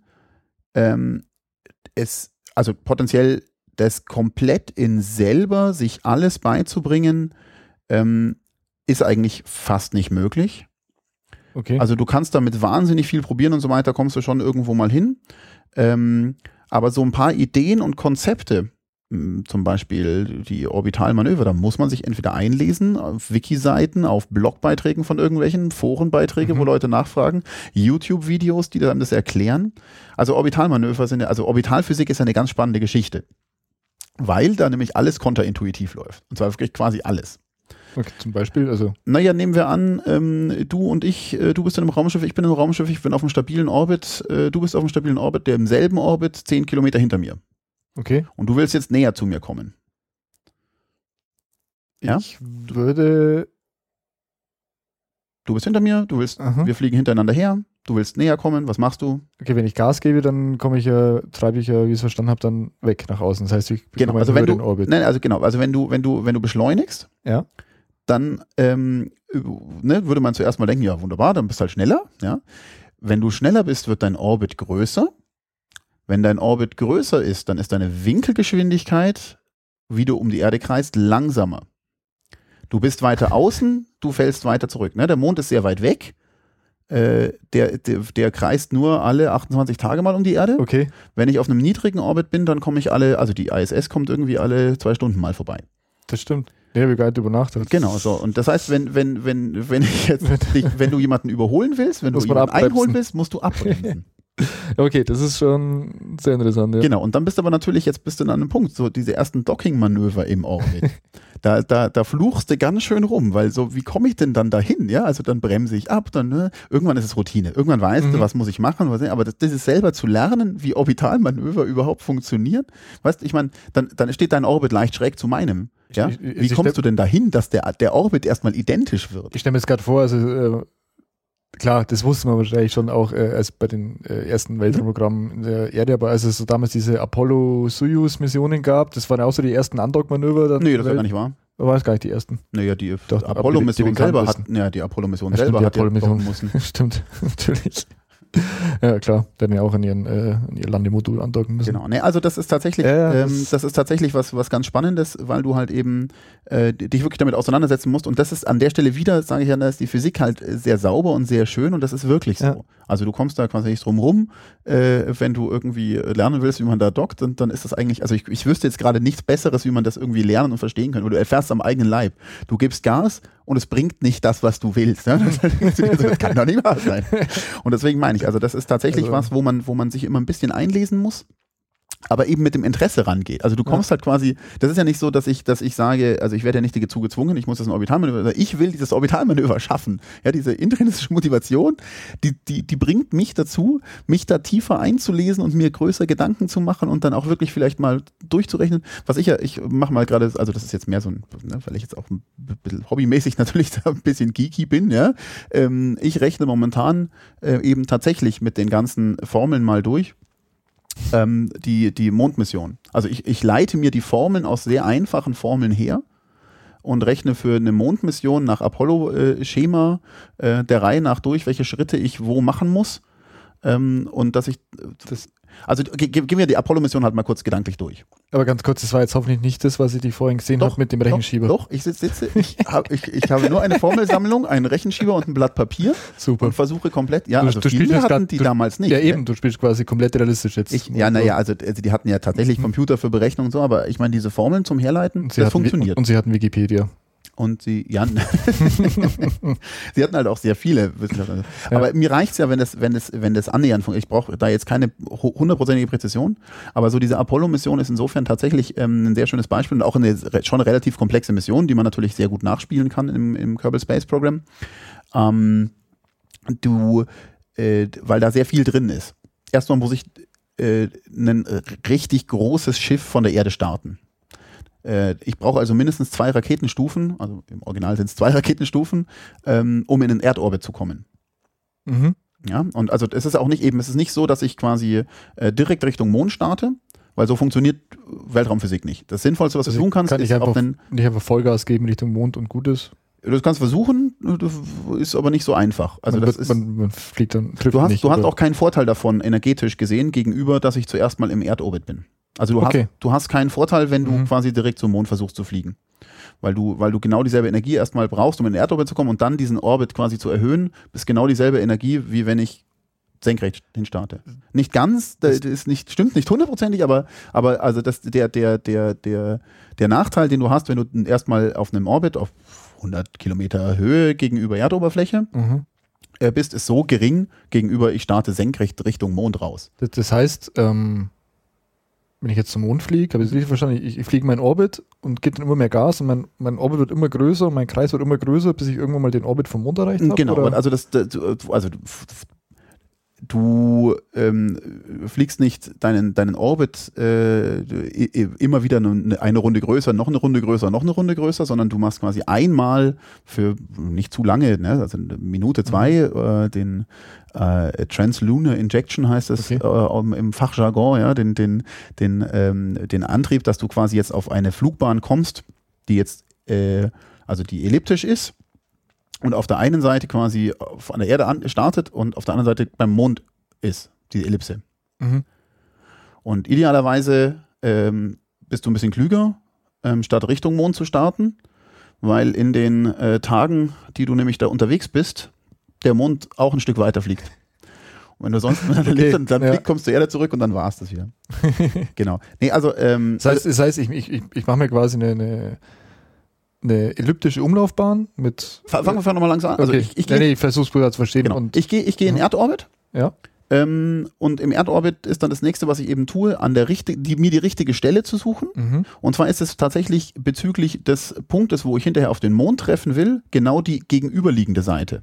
also potenziell das komplett in selber sich alles beizubringen, ist eigentlich fast nicht möglich. Okay. Also du kannst damit wahnsinnig viel probieren und so weiter, kommst du schon irgendwo mal hin. Aber so ein paar Ideen und Konzepte, zum Beispiel die Orbitalmanöver, da muss man sich entweder einlesen auf Wiki-Seiten, auf Blogbeiträgen von irgendwelchen Forenbeiträge, wo Leute nachfragen, YouTube-Videos, die dann das erklären. Also Orbitalmanöver Orbitalphysik ist eine ganz spannende Geschichte, weil da nämlich alles konterintuitiv läuft. Und zwar wirklich quasi alles. Okay, zum Beispiel, also. Naja, nehmen wir an, du und ich, du bist in einem Raumschiff, ich bin in einem Raumschiff, ich bin auf einem stabilen Orbit, du bist auf einem stabilen Orbit, der im selben Orbit 10 Kilometer hinter mir. Okay. Und du willst jetzt näher zu mir kommen. Ja? Du bist hinter mir, wir fliegen hintereinander her, du willst näher kommen, was machst du? Okay, wenn ich Gas gebe, dann treibe ich ja, wie ich es verstanden habe, dann weg nach außen. Das heißt, ich bekomme den Orbit. Wenn du beschleunigst, ja, dann würde man zuerst mal denken, ja wunderbar, dann bist du halt schneller. Ja? Wenn du schneller bist, wird dein Orbit größer. Wenn dein Orbit größer ist, dann ist deine Winkelgeschwindigkeit, wie du um die Erde kreist, langsamer. Du bist weiter außen, du fällst weiter zurück. Ne? Der Mond ist sehr weit weg. Der kreist nur alle 28 Tage mal um die Erde. Okay. Wenn ich auf einem niedrigen Orbit bin, dann komme ich also die ISS kommt irgendwie alle 2 Stunden mal vorbei. Das stimmt. Ja, habe ich gar nicht drüber nachgedacht. Genau, so. Und das heißt, wenn du jemanden überholen willst, wenn du jemanden einholen willst, musst du abbremsen. Okay, das ist schon sehr interessant. Ja. Genau, und dann bist du aber natürlich, jetzt bist du an einem Punkt, so diese ersten Docking-Manöver im Orbit. Da fluchst du ganz schön rum, weil so, wie komme ich denn dann dahin? Ja, also dann bremse ich ab, dann irgendwann ist es Routine. Irgendwann weißt du, was muss ich machen, aber das ist selber zu lernen, wie Orbitalmanöver überhaupt funktionieren. Weißt du, ich meine, dann steht dein Orbit leicht schräg zu meinem. Ja? Wie kommst du denn dahin, dass der Orbit erstmal identisch wird? Ich stelle mir jetzt gerade vor, also klar, das wusste man wahrscheinlich schon auch als bei den ersten Weltraumprogrammen in der Erde, aber als es so damals diese Apollo-Soyuz-Missionen gab, das waren auch so die ersten Andockmanöver. Nee, das war gar nicht wahr. War es gar nicht die ersten? Naja, die Apollo-Mission selber hat, die Apollo-Mission selber hat ja docken müssen. Stimmt, natürlich. Ja, klar, werden ja auch an ihr Landemodul andocken müssen. Genau, also das ist tatsächlich, was ganz Spannendes, weil du halt eben dich wirklich damit auseinandersetzen musst. Und das ist an der Stelle wieder, sage ich ja, da ist die Physik halt sehr sauber und sehr schön und das ist wirklich so. Ja. Also du kommst da quasi nicht drum rum, wenn du irgendwie lernen willst, wie man da dockt, dann ist das eigentlich, also ich wüsste jetzt gerade nichts Besseres, wie man das irgendwie lernen und verstehen kann. Oder du erfährst am eigenen Leib. Du gibst Gas und es bringt nicht das, was du willst. Ne? Das kann doch nicht wahr sein. Und deswegen meine ich, also das ist tatsächlich was, wo man sich immer ein bisschen einlesen muss, aber eben mit dem Interesse rangeht. Also du kommst halt quasi, das ist ja nicht so, dass ich sage, also ich werde ja nicht dazu gezwungen, ich muss das ein Orbitalmanöver, ich will dieses Orbitalmanöver schaffen. Ja, diese intrinsische Motivation, die bringt mich dazu, mich da tiefer einzulesen und mir größer Gedanken zu machen und dann auch wirklich vielleicht mal durchzurechnen. Ich mache mal gerade, also das ist jetzt mehr so ein, weil ich jetzt auch ein bisschen hobbymäßig natürlich da ein bisschen geeky bin, ja. Ich rechne momentan eben tatsächlich mit den ganzen Formeln mal durch. Die Mondmission. Also ich leite mir die Formeln aus sehr einfachen Formeln her und rechne für eine Mondmission nach Apollo-Schema der Reihe nach durch, welche Schritte ich wo machen muss. Und dass ich das. Also gehen wir die Apollo-Mission halt mal kurz gedanklich durch. Aber ganz kurz, das war jetzt hoffentlich nicht das, was ich vorhin gesehen habe mit dem Rechenschieber. Doch, ich habe nur eine Formelsammlung, einen Rechenschieber und ein Blatt Papier. Super. Und versuche komplett, ja, du also viele hatten die damals nicht. Ja eben, du spielst quasi komplett realistisch jetzt. Also die hatten ja tatsächlich Computer für Berechnung und so, aber ich meine, diese Formeln zum Herleiten, das funktioniert. Und sie hatten Wikipedia. Und sie hatten halt auch sehr viele Wissenschaftler. Ja. Aber mir reicht es ja, wenn das annähernd funktioniert. Ich brauche da jetzt keine 100%ige Präzision, aber so diese Apollo-Mission ist insofern tatsächlich ein sehr schönes Beispiel und auch schon eine relativ komplexe Mission, die man natürlich sehr gut nachspielen kann im Kerbal Space Program. Weil da sehr viel drin ist. Erstmal muss ich ein richtig großes Schiff von der Erde starten. Ich brauche also mindestens 2 Raketenstufen, also im Original sind es 2 Raketenstufen, um in den Erdorbit zu kommen. Mhm. Ja, und also es ist nicht so, dass ich quasi direkt Richtung Mond starte, weil so funktioniert Weltraumphysik nicht. Das Sinnvollste, was du tun kannst, ist nicht einfach Vollgas geben Richtung Mond und gut ist. Das kannst du versuchen, ist aber nicht so einfach. Also man fliegt dann. Du hast auch keinen Vorteil davon, energetisch gesehen, gegenüber, dass ich zuerst mal im Erdorbit bin. Also du hast keinen Vorteil, wenn du quasi direkt zum Mond versuchst zu fliegen. Weil du genau dieselbe Energie erstmal brauchst, um in den Erdorbit zu kommen und dann diesen Orbit quasi zu erhöhen, ist genau dieselbe Energie, wie wenn ich senkrecht hinstarte. Nicht ganz, stimmt nicht 100%, aber also der Nachteil, den du hast, wenn du erstmal auf einem Orbit auf 100 Kilometer Höhe gegenüber Erdoberfläche bist, ist so gering gegenüber, ich starte senkrecht Richtung Mond raus. Das heißt, wenn ich jetzt zum Mond fliege, habe ich es richtig verstanden, ich fliege meinen Orbit und gebe dann immer mehr Gas und mein Orbit wird immer größer und mein Kreis wird immer größer, bis ich irgendwann mal den Orbit vom Mond erreicht habe? Genau, oder? Also du fliegst nicht deinen Orbit immer wieder eine Runde größer, noch eine Runde größer, noch eine Runde größer, sondern du machst quasi einmal für nicht zu lange, ne, also eine Minute, 2, den Translunar Injection heißt es im Fachjargon, ja, den Antrieb, dass du quasi jetzt auf eine Flugbahn kommst, die jetzt also die elliptisch ist. Und auf der einen Seite quasi an der Erde startet und auf der anderen Seite beim Mond ist, die Ellipse. Mhm. Und idealerweise bist du ein bisschen klüger, statt Richtung Mond zu starten, weil in den Tagen, die du nämlich da unterwegs bist, der Mond auch ein Stück weiter fliegt. Und wenn du sonst dann kommst du zur Erde zurück und dann war es das wieder. Genau. Nee, also das heißt ich mache mir quasi eine elliptische Umlaufbahn mit. Fangen wir nochmal langsam an. Also okay. Ich versuche es gut zu verstehen. Genau. Ich gehe in den Erdorbit. Ja. Und im Erdorbit ist dann das nächste, was ich eben tue, mir die richtige Stelle zu suchen. Mhm. Und zwar ist es tatsächlich bezüglich des Punktes, wo ich hinterher auf den Mond treffen will, genau die gegenüberliegende Seite.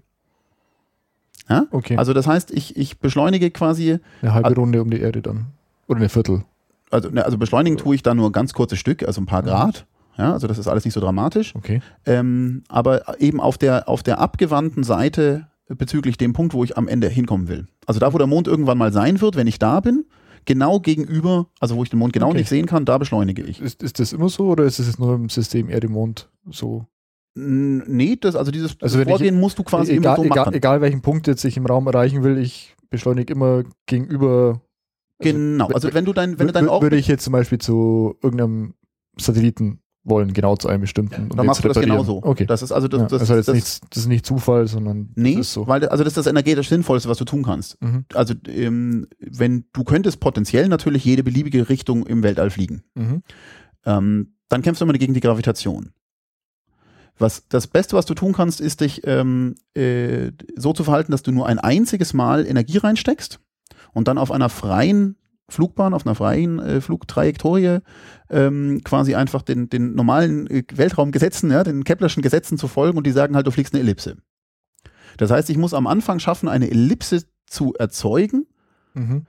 Ja? Okay. Also das heißt, ich beschleunige quasi eine halbe Runde um die Erde dann. Oder eine Viertel. Also beschleunigen tue ich da nur ein ganz kurzes Stück, also ein paar Grad. Ja, also das ist alles nicht so dramatisch. Okay. Aber eben auf der abgewandten Seite bezüglich dem Punkt, wo ich am Ende hinkommen will. Also da, wo der Mond irgendwann mal sein wird, wenn ich da bin, genau gegenüber, also wo ich den Mond genau nicht sehen kann, da beschleunige ich. Ist das immer so oder ist es jetzt nur im System Erde-Mond so? Nee, dieses Vorgehen musst du quasi immer so machen. Egal welchen Punkt jetzt ich im Raum erreichen will, ich beschleunige immer gegenüber. Genau, also wenn du dein Orbit... Würde ich jetzt zum Beispiel zu irgendeinem Satelliten wollen, genau zu einem bestimmten. Dann machst du das genau so. Okay. Das ist also das ist nicht Zufall, sondern das ist so. Weil das ist das energetisch Sinnvollste, was du tun kannst. Mhm. Also wenn du könntest potenziell natürlich jede beliebige Richtung im Weltall fliegen. Mhm. Dann kämpfst du immer gegen die Gravitation. Das Beste, was du tun kannst, ist dich so zu verhalten, dass du nur ein einziges Mal Energie reinsteckst und dann auf einer freien Flugbahn, auf einer freien Flugtrajektorie quasi einfach den normalen Weltraumgesetzen, ja, den Keplerschen Gesetzen zu folgen und die sagen halt, du fliegst eine Ellipse. Das heißt, ich muss am Anfang schaffen, eine Ellipse zu erzeugen. Mhm.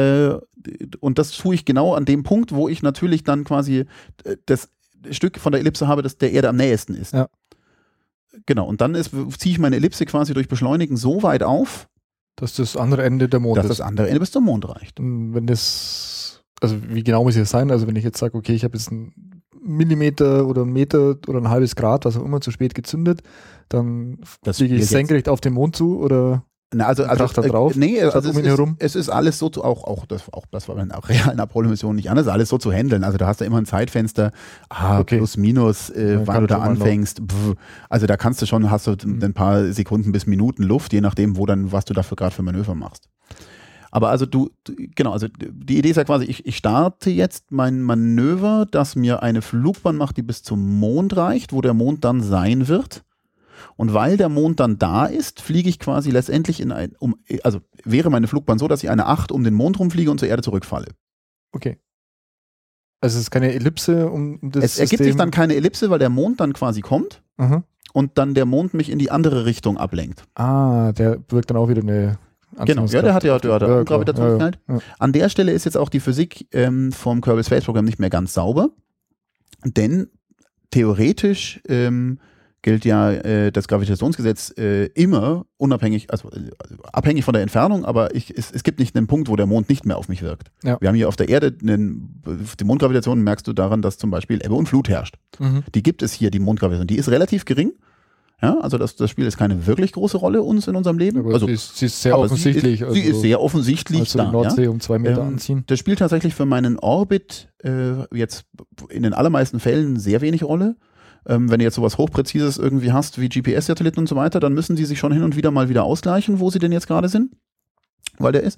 Und das tue ich genau an dem Punkt, wo ich natürlich dann quasi das Stück von der Ellipse habe, das der Erde am nähesten ist. Ja. Genau, und dann ziehe ich meine Ellipse quasi durch Beschleunigen so weit auf, dass das andere Ende der Mond ist. Dass das andere Ende bis zum Mond reicht. Und wenn das, also wie genau muss das sein? Also wenn ich jetzt sage, okay, ich habe jetzt ein Millimeter oder einen Meter oder ein halbes Grad, was auch immer, zu spät gezündet, dann fliege ich senkrecht auf den Mond zu oder also da drauf? Es ist alles so auch das war bei einer realen Apollo-Mission nicht anders, alles so zu handeln. Also da hast du immer ein Zeitfenster, plus minus, wann du da anfängst. Also da kannst du schon, hast du ein paar Sekunden bis Minuten Luft, je nachdem, was du dafür gerade für Manöver machst. Aber also also die Idee ist ja quasi, ich starte jetzt mein Manöver, das mir eine Flugbahn macht, die bis zum Mond reicht, wo der Mond dann sein wird. Und weil der Mond dann da ist, fliege ich quasi letztendlich also wäre meine Flugbahn so, dass ich eine 8 um den Mond rumfliege und zur Erde zurückfalle. Okay. Also es ist keine Ellipse um das Es ergibt sich dann keine Ellipse, weil der Mond dann quasi kommt und dann der Mond mich in die andere Richtung ablenkt. Der wirkt dann auch wieder eine Genau, ja, der hat auch Gravitationsfeld. Ja. An der Stelle ist jetzt auch die Physik vom Kerbal Space Program nicht mehr ganz sauber, denn theoretisch gilt ja das Gravitationsgesetz immer unabhängig, also abhängig von der Entfernung, aber es gibt nicht einen Punkt, wo der Mond nicht mehr auf mich wirkt. Ja. Wir haben hier auf der Erde die Mondgravitation, merkst du daran, dass zum Beispiel Ebbe und Flut herrscht. Die gibt es hier, die Mondgravitation. Die ist relativ gering. Ja, also das spielt jetzt keine wirklich große Rolle uns in unserem Leben. Aber sie ist sehr offensichtlich. Sie ist sehr offensichtlich also da. Die Nordsee um 2 Meter anziehen. Das spielt tatsächlich für meinen Orbit jetzt in den allermeisten Fällen sehr wenig Rolle. Wenn du jetzt sowas Hochpräzises irgendwie hast wie GPS-Satelliten und so weiter, dann müssen die sich schon hin und wieder mal wieder ausgleichen, wo sie denn jetzt gerade sind, weil der ist.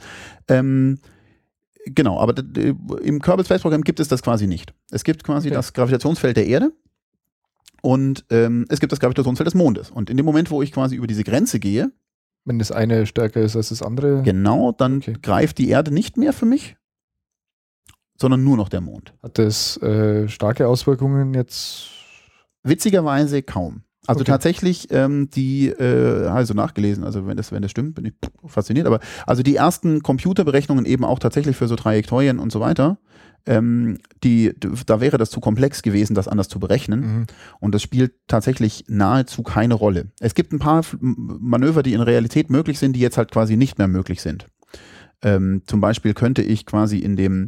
Genau, aber im Kerbal Space Program gibt es das quasi nicht. Es gibt quasi das Gravitationsfeld der Erde und es gibt das Gravitationsfeld des Mondes. Und in dem Moment, wo ich quasi über diese Grenze gehe, wenn das eine stärker ist als das andere, genau, dann greift die Erde nicht mehr für mich, sondern nur noch der Mond. Hat das starke Auswirkungen jetzt? Witzigerweise kaum. Also tatsächlich, habe ich so nachgelesen, also wenn das stimmt, bin ich fasziniert, aber also die ersten Computerberechnungen eben auch tatsächlich für so Trajektorien und so weiter, da wäre das zu komplex gewesen, das anders zu berechnen und das spielt tatsächlich nahezu keine Rolle. Es gibt ein paar Manöver, die in Realität möglich sind, die jetzt halt quasi nicht mehr möglich sind. Zum Beispiel könnte ich quasi in dem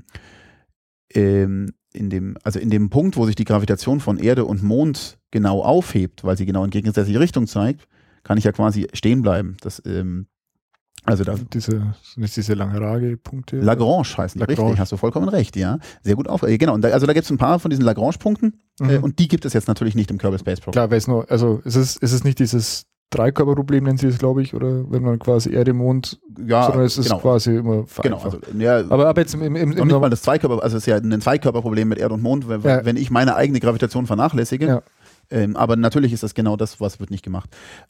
Punkt, wo sich die Gravitation von Erde und Mond genau aufhebt, weil sie genau in gegensätzliche Richtung zeigt, kann ich ja quasi stehen bleiben. Diese Lagrange-Punkte. Lagrange heißen die, richtig, hast du vollkommen recht, ja. Sehr gut genau. Und da gibt es ein paar von diesen Lagrange-Punkten und die gibt es jetzt natürlich nicht im Kerbal Space Program. Klar, weil es ist nicht dieses Dreikörperproblem, nennen sie es, glaube ich, oder wenn man quasi Erde, Mond, sondern es ist quasi immer vereinfacht. Aber jetzt im nicht mal das Zweiköper, also es ist ja ein Zweikörperproblem mit Erde und Mond, wenn ich meine eigene Gravitation vernachlässige. Ja. Aber natürlich ist das genau das, was wird nicht gemacht.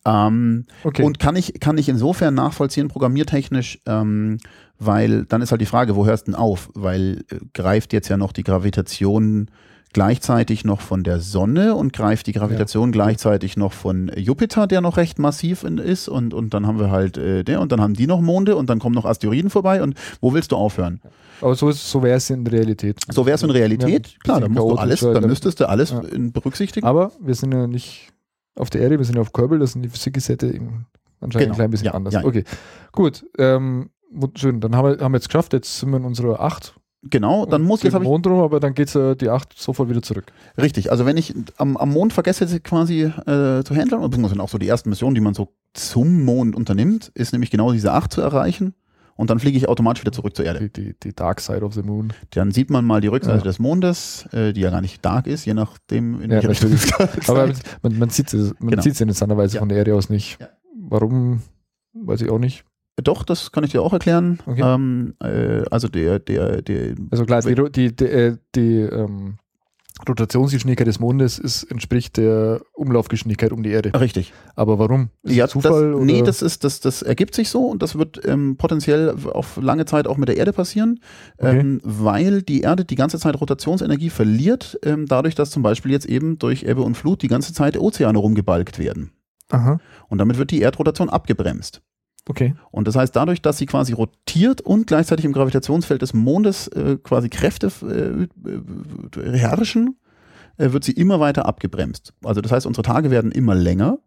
Und kann ich insofern nachvollziehen, programmiertechnisch, weil dann ist halt die Frage, wo hörst du denn auf? Weil greift jetzt ja noch die Gravitation gleichzeitig noch von der Sonne und greift die Gravitation gleichzeitig noch von Jupiter, der noch recht massiv ist und dann haben wir halt und dann haben die noch Monde und dann kommen noch Asteroiden vorbei und wo willst du aufhören? Aber so wäre es in Realität. So wäre es in Realität, klar, dann müsstest du alles berücksichtigen. Aber wir sind ja nicht auf der Erde, wir sind ja auf Kerbal, das sind die Physikgesetze anscheinend ein klein bisschen anders. Okay, gut, schön, dann haben wir jetzt geschafft, jetzt sind wir in unserer 8. Genau, dann muss jetzt Mond rum, aber dann geht die 8 sofort wieder zurück. Richtig, also wenn ich am Mond vergesse quasi zu handeln, beziehungsweise auch so die ersten Missionen, die man so zum Mond unternimmt, ist nämlich genau diese 8 zu erreichen und dann fliege ich automatisch wieder zurück zur Erde. Die Dark Side of the Moon. Dann sieht man mal die Rückseite des Mondes, die ja gar nicht dark ist, je nachdem in welcher Richtung es geht. Aber man sieht es interessanterweise von der Erde aus nicht. Ja. Warum, weiß ich auch nicht. Doch, das kann ich dir auch erklären. Okay. Also also klar, die Rotationsgeschwindigkeit des Mondes entspricht der Umlaufgeschwindigkeit um die Erde. Richtig. Aber warum? Ist das Zufall? Das ergibt sich so und das wird potenziell auf lange Zeit auch mit der Erde passieren, weil die Erde die ganze Zeit Rotationsenergie verliert, dadurch, dass zum Beispiel jetzt eben durch Ebbe und Flut die ganze Zeit Ozeane rumgebalgt werden. Aha. Und damit wird die Erdrotation abgebremst. Okay. Und das heißt, dadurch, dass sie quasi rotiert und gleichzeitig im Gravitationsfeld des Mondes quasi Kräfte herrschen, wird sie immer weiter abgebremst. Also das heißt, unsere Tage werden immer länger,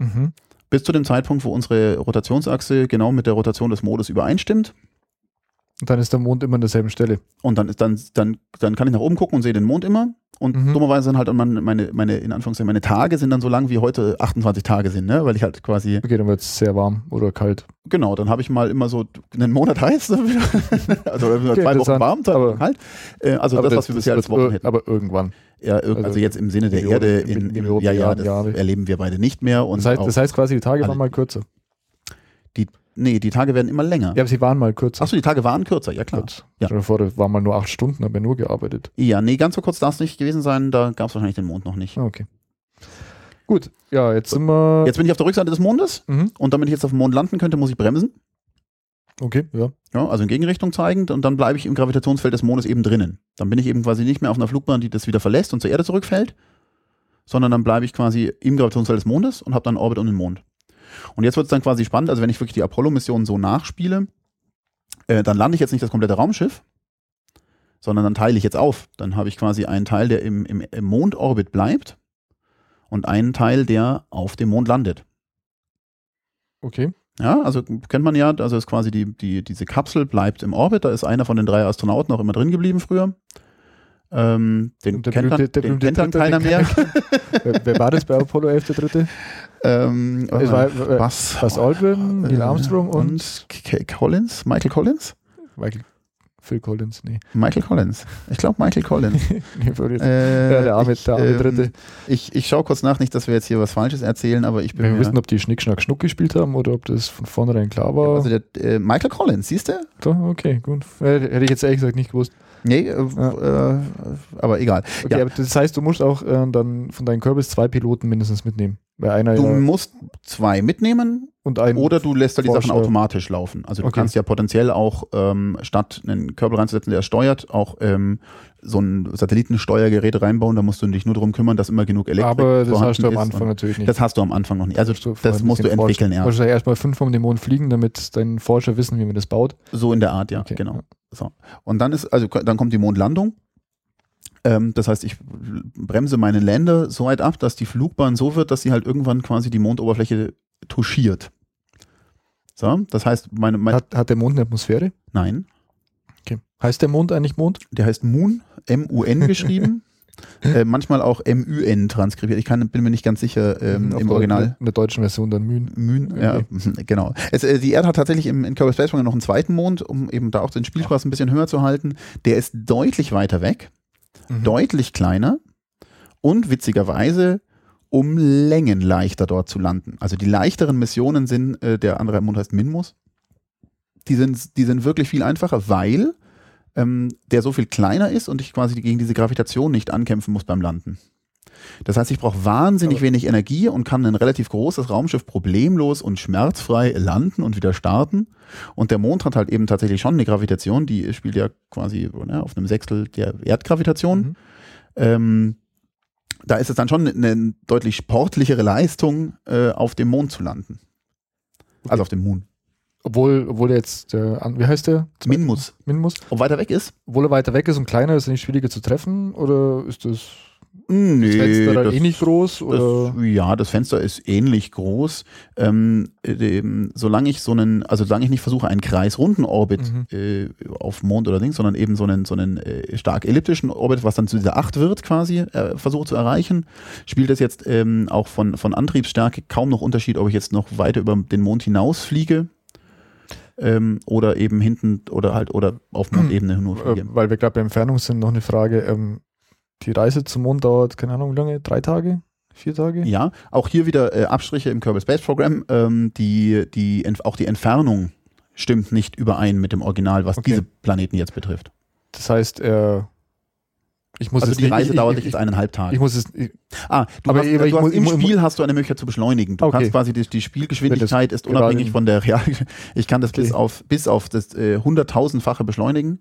bis zu dem Zeitpunkt, wo unsere Rotationsachse genau mit der Rotation des Mondes übereinstimmt. Und dann ist der Mond immer an derselben Stelle. Und dann kann ich nach oben gucken und sehe den Mond immer. Und dummerweise sind halt meine in Anführungszeichen, meine Tage sind dann so lang, wie heute 28 Tage sind, ne? Weil ich halt quasi. Okay, dann wird es sehr warm oder kalt. Genau, dann habe ich mal immer so einen Monat heiß. Also okay, 2 Wochen warm, 2 Wochen kalt. Also das, was wir bisher als Wochen hätten. Aber irgendwann. Ja, also jetzt im Sinne der Erde, das erleben wir beide nicht mehr. Und das heißt quasi, die Tage waren mal kürzer. Die Tage werden immer länger. Ja, aber sie waren mal kürzer. Achso, die Tage waren kürzer, ja klar. Ja. Stell dir vor, das waren mal nur 8 Stunden, haben wir nur gearbeitet. Ja, nee, ganz so kurz darf es nicht gewesen sein, da gab es wahrscheinlich den Mond noch nicht. Okay. Gut, ja, jetzt sind wir... Jetzt bin ich auf der Rückseite des Mondes und damit ich jetzt auf dem Mond landen könnte, muss ich bremsen. Okay, ja. Ja, also in Gegenrichtung zeigend und dann bleibe ich im Gravitationsfeld des Mondes eben drinnen. Dann bin ich eben quasi nicht mehr auf einer Flugbahn, die das wieder verlässt und zur Erde zurückfällt, sondern dann bleibe ich quasi im Gravitationsfeld des Mondes und habe dann Orbit um den Mond. Und jetzt wird es dann quasi spannend, also wenn ich wirklich die Apollo-Mission so nachspiele, dann lande ich jetzt nicht das komplette Raumschiff, sondern dann teile ich jetzt auf. Dann habe ich quasi einen Teil, der im Mondorbit bleibt und einen Teil, der auf dem Mond landet. Okay. Ja, also kennt man ja, also ist quasi diese Kapsel bleibt im Orbit, da ist einer von den 3 Astronauten auch immer drin geblieben früher. Den kennt dann keiner mehr. Wer war das bei Apollo 11, der Dritte? Buzz Aldrin, Neil Armstrong und Michael Collins? Phil Collins, nee. Michael Collins. Ich glaube Michael Collins. Der arme Dritte. Ich schaue kurz nach, nicht, dass wir jetzt hier was Falsches erzählen, aber ich bin Wir wissen, ob die Schnick, Schnack, Schnuck gespielt haben oder ob das von vornherein klar war. Also der Michael Collins, siehst du? Okay, gut. Hätte ich jetzt ehrlich gesagt nicht gewusst. Nee, aber egal. Okay, aber das heißt, du musst auch dann von deinen Kürbis 2 Piloten mindestens mitnehmen. Du musst 2 mitnehmen und oder du lässt da die Sachen automatisch laufen. Also du kannst ja potenziell auch, statt einen Kerbal reinzusetzen, der steuert, auch so ein Satellitensteuergerät reinbauen. Da musst du dich nur darum kümmern, dass immer genug Elektrik vorhanden ist. Aber das hast du am Anfang natürlich nicht. Das hast du am Anfang noch nicht. Also das musst du entwickeln erst. Du musst ja erstmal 5 um den Mond fliegen, damit deine Forscher wissen, wie man das baut. So in der Art, ja, genau. So. Und dann kommt die Mondlandung. Das heißt, ich bremse meinen Lander so weit ab, dass die Flugbahn so wird, dass sie halt irgendwann quasi die Mondoberfläche touchiert. So, das heißt, hat der Mond eine Atmosphäre? Nein. Okay. Heißt der Mond eigentlich Mond? Der heißt Moon, M-U-N geschrieben. Manchmal auch M-Ü-N transkribiert. Ich bin mir nicht ganz sicher im Original. In der deutschen Version dann Moon, okay. Ja, genau. Die Erde hat tatsächlich in Kerbal Space Program noch einen zweiten Mond, um eben da auch den Spielspaß ein bisschen höher zu halten. Der ist deutlich weiter weg, deutlich kleiner und witzigerweise um Längen leichter dort zu landen. Also die leichteren Missionen sind, der andere Mond heißt Minmus, die sind wirklich viel einfacher, weil der so viel kleiner ist und ich quasi gegen diese Gravitation nicht ankämpfen muss beim Landen. Das heißt, ich brauche wahnsinnig wenig Energie und kann ein relativ großes Raumschiff problemlos und schmerzfrei landen und wieder starten. Und der Mond hat halt eben tatsächlich schon eine Gravitation, die spielt ja quasi auf einem Sechstel der Erdgravitation. Da ist es dann schon eine deutlich sportlichere Leistung, auf dem Mond zu landen. Okay. Also auf dem Moon. Obwohl jetzt, wie heißt der? Minmus. Ob weiter weg ist? Obwohl er weiter weg ist und kleiner, ist er nicht schwieriger zu treffen? Oder ist das Nee, das Fenster dann ähnlich groß? Oder? Das Fenster ist ähnlich groß. Solange ich nicht versuche, einen kreisrunden Orbit auf Mond oder Dings, sondern eben so einen stark elliptischen Orbit, was dann zu dieser 8 wird quasi, versuche zu erreichen, spielt das jetzt auch von Antriebsstärke kaum noch Unterschied, ob ich jetzt noch weiter über den Mond hinaus fliege. Oder eben hinten oder auf Mondebene nur fliegen. Weil wir gerade bei Entfernung sind, noch eine Frage. Die Reise zum Mond dauert, keine Ahnung wie lange, 3 Tage? 4 Tage? Ja, auch hier wieder Abstriche im Kerbal Space Program. Auch die Entfernung stimmt nicht überein mit dem Original, was diese Planeten jetzt betrifft. Das heißt, die Reise dauert jetzt 1,5 Tage. Im Spiel hast du eine Möglichkeit zu beschleunigen. Du kannst quasi die Spielgeschwindigkeit ist unabhängig von der Real. Ich kann das bis auf das 100.000-fache beschleunigen.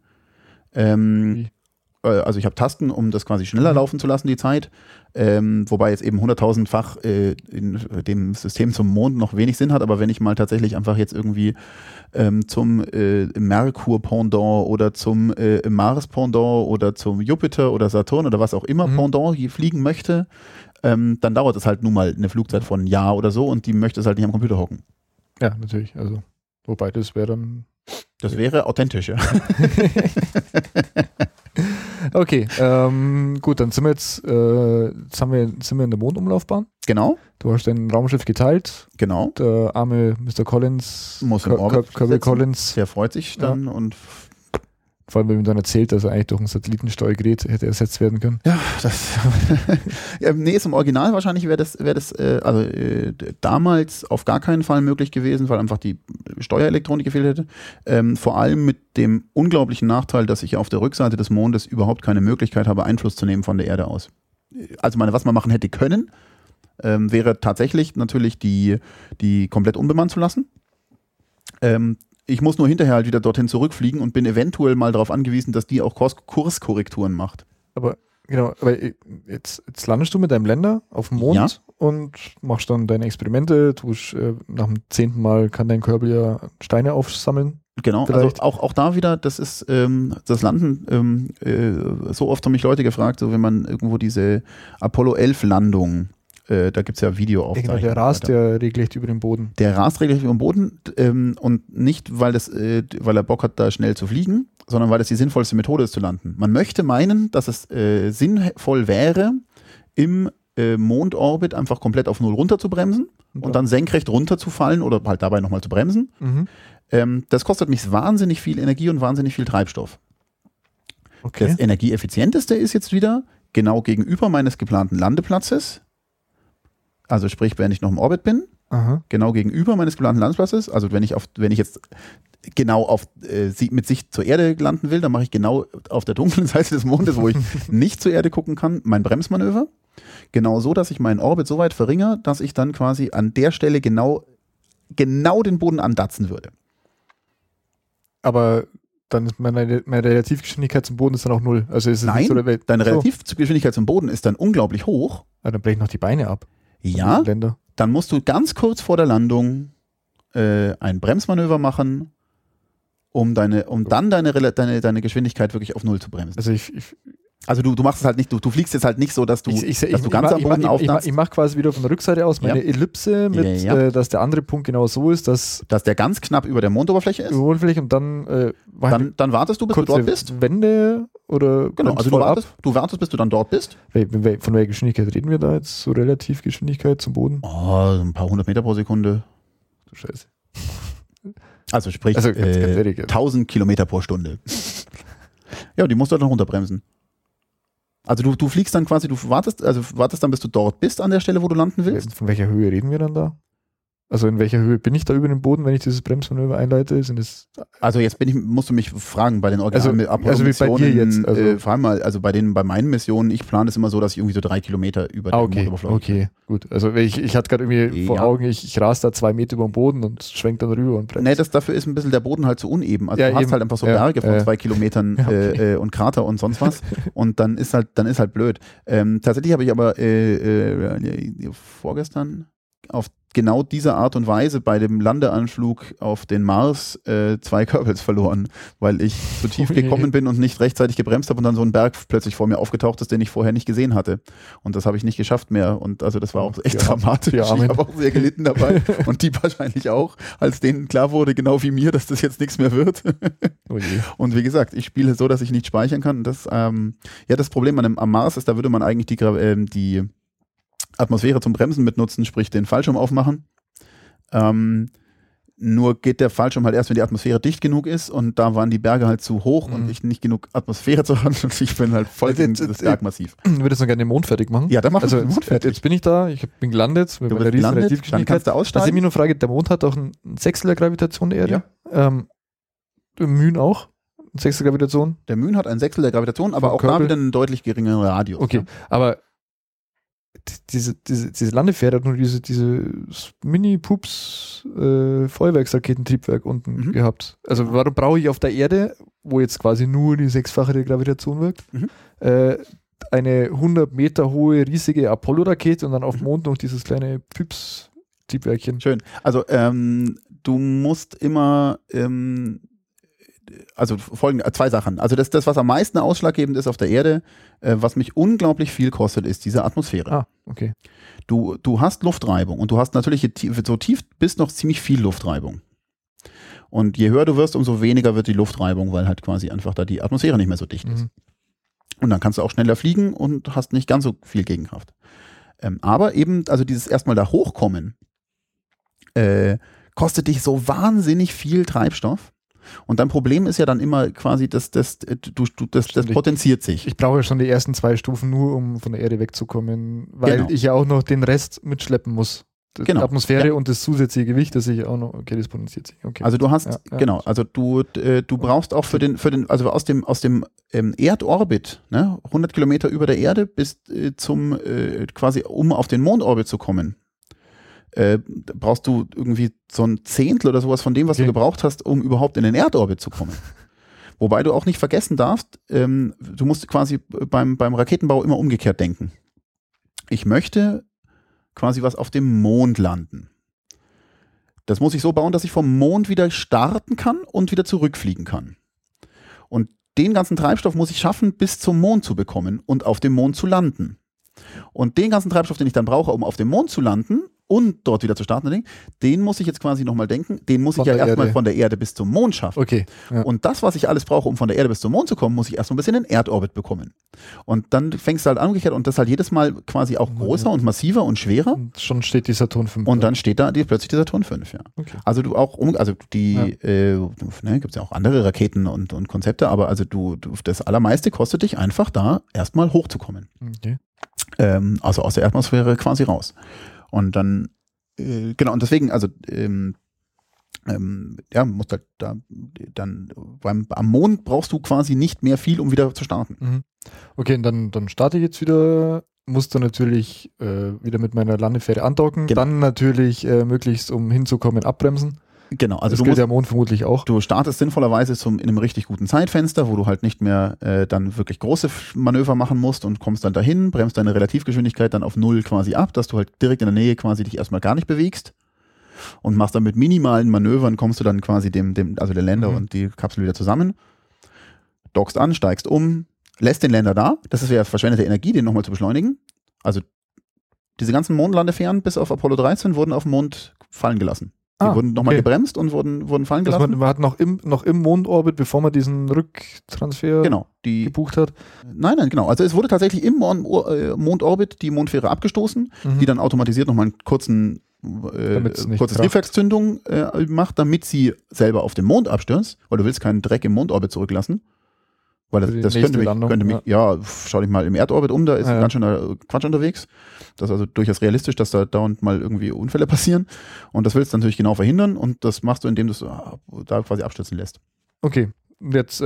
Also ich habe Tasten, um das quasi schneller laufen zu lassen, die Zeit. Wobei jetzt eben 100.000-fach in dem System zum Mond noch wenig Sinn hat. Aber wenn ich mal tatsächlich einfach jetzt irgendwie zum Merkur-Pendant oder zum Mars-Pendant oder zum Jupiter oder Saturn oder was auch immer Pendant fliegen möchte, dann dauert es halt nun mal eine Flugzeit von ein Jahr oder so und die möchte es halt nicht am Computer hocken. Ja, natürlich. Also, wobei das wäre dann Das wäre authentisch, ja. Okay, gut, dann sind wir jetzt sind wir in der Mondumlaufbahn. Genau. Du hast dein Raumschiff geteilt. Genau. Der arme Mr. Collins, muss im Orbit Kirby Collins. Der freut sich dann und vor allem, wenn man dann erzählt, dass er eigentlich durch ein Satellitensteuergerät hätte ersetzt werden können. Ja, das. Nee, ist im Original wahrscheinlich wäre das damals auf gar keinen Fall möglich gewesen, weil einfach die Steuerelektronik gefehlt hätte. Vor allem mit dem unglaublichen Nachteil, dass ich auf der Rückseite des Mondes überhaupt keine Möglichkeit habe, Einfluss zu nehmen von der Erde aus. Also was man machen hätte können, wäre tatsächlich natürlich die komplett unbemannt zu lassen. Ich muss nur hinterher halt wieder dorthin zurückfliegen und bin eventuell mal darauf angewiesen, dass die auch Kurskorrekturen macht. Aber jetzt landest du mit deinem Lander auf dem Mond und machst dann deine Experimente, tust nach dem 10. Mal kann dein Kerbal ja Steine aufsammeln. Genau, vielleicht. Also auch da wieder, das ist das Landen, so oft haben mich Leute gefragt, so wenn man irgendwo diese Apollo 11 Landung, da gibt es ja Videoaufzeichnungen. Genau, der rast ja regelrecht über den Boden. Der rast regelrecht über den Boden und nicht, weil er Bock hat, da schnell zu fliegen, sondern weil das die sinnvollste Methode ist zu landen. Man möchte meinen, dass es sinnvoll wäre, im Mondorbit einfach komplett auf 0 runter zu bremsen und dann senkrecht runter zu fallen oder halt dabei nochmal zu bremsen. Das kostet mich wahnsinnig viel Energie und wahnsinnig viel Treibstoff. Okay. Das energieeffizienteste ist jetzt wieder genau gegenüber meines geplanten Landeplatzes. Also sprich, wenn ich noch im Orbit bin, genau gegenüber meines geplanten Landeplatzes, also wenn ich jetzt genau mit Sicht zur Erde landen will, dann mache ich genau auf der dunklen Seite des Mondes, wo ich nicht zur Erde gucken kann, mein Bremsmanöver. Genau so, dass ich meinen Orbit so weit verringere, dass ich dann quasi an der Stelle genau den Boden andatzen würde. Aber dann ist meine Relativgeschwindigkeit zum Boden ist dann auch 0. Also ist es Nein, nicht so deine Relativgeschwindigkeit zum Boden ist dann unglaublich hoch. Ja, dann breche ich noch die Beine ab. Ja, dann musst du ganz kurz vor der Landung ein Bremsmanöver machen, um dann deine Geschwindigkeit wirklich auf 0 zu bremsen. Also du machst es halt nicht, du fliegst jetzt halt nicht so, dass du ganz am Boden aufnahst. Ich mache quasi wieder von der Rückseite aus meine Ellipse mit, dass der andere Punkt genau so ist, dass der ganz knapp über der Mondoberfläche ist. Und dann wartest du, bis du dort bist. Wende oder genau, also du wartest, bis du dann dort bist. Von welcher Geschwindigkeit reden wir da jetzt? So Relativgeschwindigkeit zum Boden? Oh, ein paar 100 Meter pro Sekunde. Du Scheiße. Also sprich, ganz ehrlich, 1000 Kilometer pro Stunde. Ja, die musst du dann runterbremsen. Also du fliegst dann quasi, du wartest dann, bis du dort bist an der Stelle, wo du landen willst. Von welcher Höhe reden wir dann da? Also in welcher Höhe bin ich da über den Boden, wenn ich dieses Bremsmanöver einleite? Also jetzt musst du mich fragen, bei den Original-Apollo-Missionen, also wie bei dir jetzt, vor allem also bei meinen Missionen, ich plane es immer so, dass ich irgendwie so 3 Kilometer über den Mondoberfläche. Okay, gut. Also ich hatte gerade irgendwie vor Augen, ich ras da 2 Meter über den Boden und schwenk dann rüber und bremse. Nee, dafür ist ein bisschen der Boden halt so uneben. Also du hast halt einfach so Berge von 2 Kilometern und Krater und sonst was und dann ist halt blöd. Tatsächlich habe ich aber vorgestern auf genau diese Art und Weise bei dem Landeanflug auf den Mars 2 Kerbals verloren, weil ich zu tief gekommen bin und nicht rechtzeitig gebremst habe und dann so ein Berg plötzlich vor mir aufgetaucht ist, den ich vorher nicht gesehen hatte. Und das habe ich nicht geschafft mehr. Und also das war auch echt dramatisch. Ich habe auch sehr gelitten dabei und die wahrscheinlich auch, als denen klar wurde, genau wie mir, dass das jetzt nichts mehr wird. Und wie gesagt, ich spiele so, dass ich nicht speichern kann. Das Problem am Mars ist, da würde man eigentlich die Atmosphäre zum Bremsen mitnutzen, sprich den Fallschirm aufmachen. Nur geht der Fallschirm halt erst, wenn die Atmosphäre dicht genug ist und da waren die Berge halt zu hoch und ich nicht genug Atmosphäre zu haben und ich bin halt voll in das Bergmassiv. Würdest du gerne den Mond fertig machen? Ja, dann machen wir den Mond fertig. Jetzt bin ich da, ich bin gelandet mit meiner riesen Relativgeschwindigkeit. Dann kannst du aussteigen. Was ich mich nur frage, der Mond hat auch ein Sechstel Gravitation der Erde. Ja. Myn auch? Ein Sechstel Gravitation? Der Myn hat ein Sechstel der Gravitation, aber auch da wieder einen deutlich geringeren Radius. Okay, aber diese Landefähre hat nur diese Mini-Pups-Feuerwerksraketentriebwerk unten gehabt. Also warum brauche ich auf der Erde, wo jetzt quasi nur die 6-fache der Gravitation wirkt, eine 100 Meter hohe, riesige Apollo-Rakete und dann auf dem Mond noch dieses kleine Pups-Triebwerkchen? Schön. Also du musst immer folgende 2 Sachen. Also das, was am meisten ausschlaggebend ist auf der Erde, was mich unglaublich viel kostet, ist diese Atmosphäre. Ah, okay. Du hast Luftreibung und du hast natürlich so tief bis noch ziemlich viel Luftreibung. Und je höher du wirst, umso weniger wird die Luftreibung, weil halt quasi einfach da die Atmosphäre nicht mehr so dicht ist. Und dann kannst du auch schneller fliegen und hast nicht ganz so viel Gegenkraft. Aber eben, also dieses erstmal da hochkommen, kostet dich so wahnsinnig viel Treibstoff. Und dein Problem ist ja dann immer quasi, das potenziert sich. Ich brauche ja schon die ersten 2 Stufen nur, um von der Erde wegzukommen, weil ich ja auch noch den Rest mitschleppen muss. Die Atmosphäre und das zusätzliche Gewicht, das ich auch noch, okay, das potenziert sich. Okay. Also du hast, also du brauchst auch also aus dem Erdorbit, ne, 100 Kilometer über der Erde bis zum, quasi um auf den Mondorbit zu kommen, brauchst du irgendwie so ein Zehntel oder sowas von dem, was du gebraucht hast, um überhaupt in den Erdorbit zu kommen. Wobei du auch nicht vergessen darfst, du musst quasi beim Raketenbau immer umgekehrt denken. Ich möchte quasi was auf dem Mond landen. Das muss ich so bauen, dass ich vom Mond wieder starten kann und wieder zurückfliegen kann. Und den ganzen Treibstoff muss ich schaffen, bis zum Mond zu bekommen und auf dem Mond zu landen. Und den ganzen Treibstoff, den ich dann brauche, um auf dem Mond zu landen und dort wieder zu starten, den muss ich jetzt quasi nochmal denken, den muss ich ja erstmal von der Erde bis zum Mond schaffen. Okay. Ja. Und das, was ich alles brauche, um von der Erde bis zum Mond zu kommen, muss ich erstmal ein bisschen in den Erdorbit bekommen. Und dann fängst du halt an umgekehrt und das halt jedes Mal quasi auch größer und massiver und schwerer. Und schon steht die Saturn V. Und dann steht da plötzlich die Saturn V, ja. Okay. Also du auch, gibt es ja auch andere Raketen und Konzepte, aber also das Allermeiste kostet dich einfach da erstmal hochzukommen. Okay. Also aus der Atmosphäre quasi raus. Und dann, und deswegen, also, musst halt da, dann, am Mond brauchst du quasi nicht mehr viel, um wieder zu starten. Mhm. Okay, und dann starte ich jetzt wieder, muss dann natürlich wieder mit meiner Landefähre andocken, dann natürlich möglichst, um hinzukommen, abbremsen. Genau, also das gilt ja am Mond vermutlich auch. Du startest sinnvollerweise in einem richtig guten Zeitfenster, wo du halt nicht mehr dann wirklich große Manöver machen musst und kommst dann dahin, bremst deine Relativgeschwindigkeit dann auf 0 quasi ab, dass du halt direkt in der Nähe quasi dich erstmal gar nicht bewegst und machst dann mit minimalen Manövern, kommst du dann quasi also der Länder und die Kapsel wieder zusammen, dockst an, steigst um, lässt den Länder da, das ist ja verschwendete Energie, den nochmal zu beschleunigen. Also diese ganzen Mondlandefähren bis auf Apollo 13 wurden auf dem Mond fallen gelassen. Die wurden nochmal gebremst und wurden fallen gelassen. Man hat noch im Mondorbit, bevor man diesen Rücktransfer gebucht hat. Nein, genau. Also es wurde tatsächlich im Mondorbit die Mondfähre abgestoßen, die dann automatisiert nochmal einen kurze Triebwerkszündung macht, damit sie selber auf dem Mond abstürzt, weil du willst keinen Dreck im Mondorbit zurücklassen. Weil das könnte mich, schau dich mal im Erdorbit um, da ist ganz schön Quatsch unterwegs. Das ist also durchaus realistisch, dass da dauernd mal irgendwie Unfälle passieren. Und das willst du natürlich genau verhindern und das machst du, indem du es da quasi abstürzen lässt. Okay, jetzt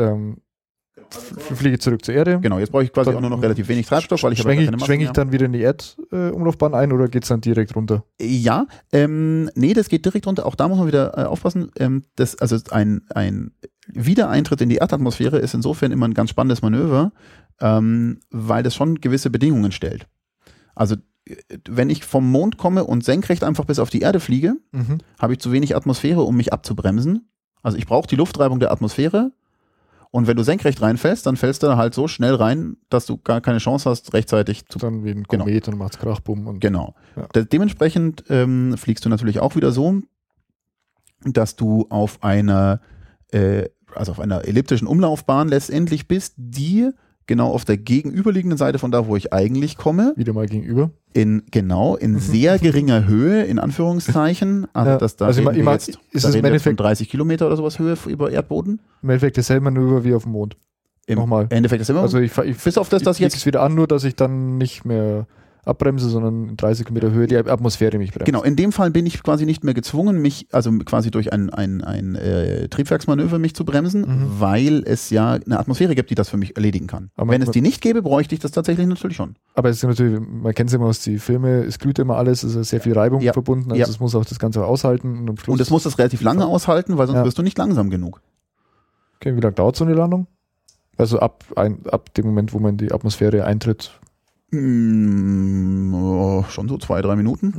fliege ich zurück zur Erde. Genau, jetzt brauche ich quasi auch nur noch relativ wenig Treibstoff, weil ich habe keine Masse mehr. Schwenke ich dann wieder in die Erdumlaufbahn ein oder geht es dann direkt runter? Ja, nee, das geht direkt runter. Auch da muss man wieder aufpassen. Also ein Wiedereintritt in die Erdatmosphäre ist insofern immer ein ganz spannendes Manöver, weil das schon gewisse Bedingungen stellt. Also wenn ich vom Mond komme und senkrecht einfach bis auf die Erde fliege, habe ich zu wenig Atmosphäre, um mich abzubremsen. Also ich brauche die Luftreibung der Atmosphäre. Und wenn du senkrecht reinfällst, dann fällst du halt so schnell rein, dass du gar keine Chance hast, rechtzeitig zu... Dann wie ein Komet und macht's Krachbumm. Genau. Ja. Dementsprechend fliegst du natürlich auch wieder so, dass du auf einer elliptischen Umlaufbahn letztendlich bist, die genau auf der gegenüberliegenden Seite von da, wo ich eigentlich komme. Wieder mal gegenüber. In sehr geringer Höhe, in Anführungszeichen. Also ist es im Endeffekt von 30 Kilometer oder sowas Höhe über Erdboden? Im Endeffekt dasselbe Manöver wie auf dem Mond. Nochmal. Im Endeffekt dasselbe. Also ich jetzt wieder an, nur dass ich dann nicht mehr abbremse, sondern in 30 Kilometer Höhe die Atmosphäre mich bremst. Genau, in dem Fall bin ich quasi nicht mehr gezwungen, also quasi durch ein Triebwerksmanöver mich zu bremsen, weil es ja eine Atmosphäre gibt, die das für mich erledigen kann. Aber wenn es die nicht gäbe, bräuchte ich das tatsächlich natürlich schon. Aber es ist natürlich, man kennt es immer aus den Filmen, es glüht immer alles, es ist sehr viel Reibung verbunden, also es muss auch das Ganze aushalten. Und es muss das relativ lange aushalten, weil sonst wirst du nicht langsam genug. Okay, wie lange dauert so eine Landung? Also ab dem Moment, wo man in die Atmosphäre eintritt? Schon so 2-3 Minuten. Okay.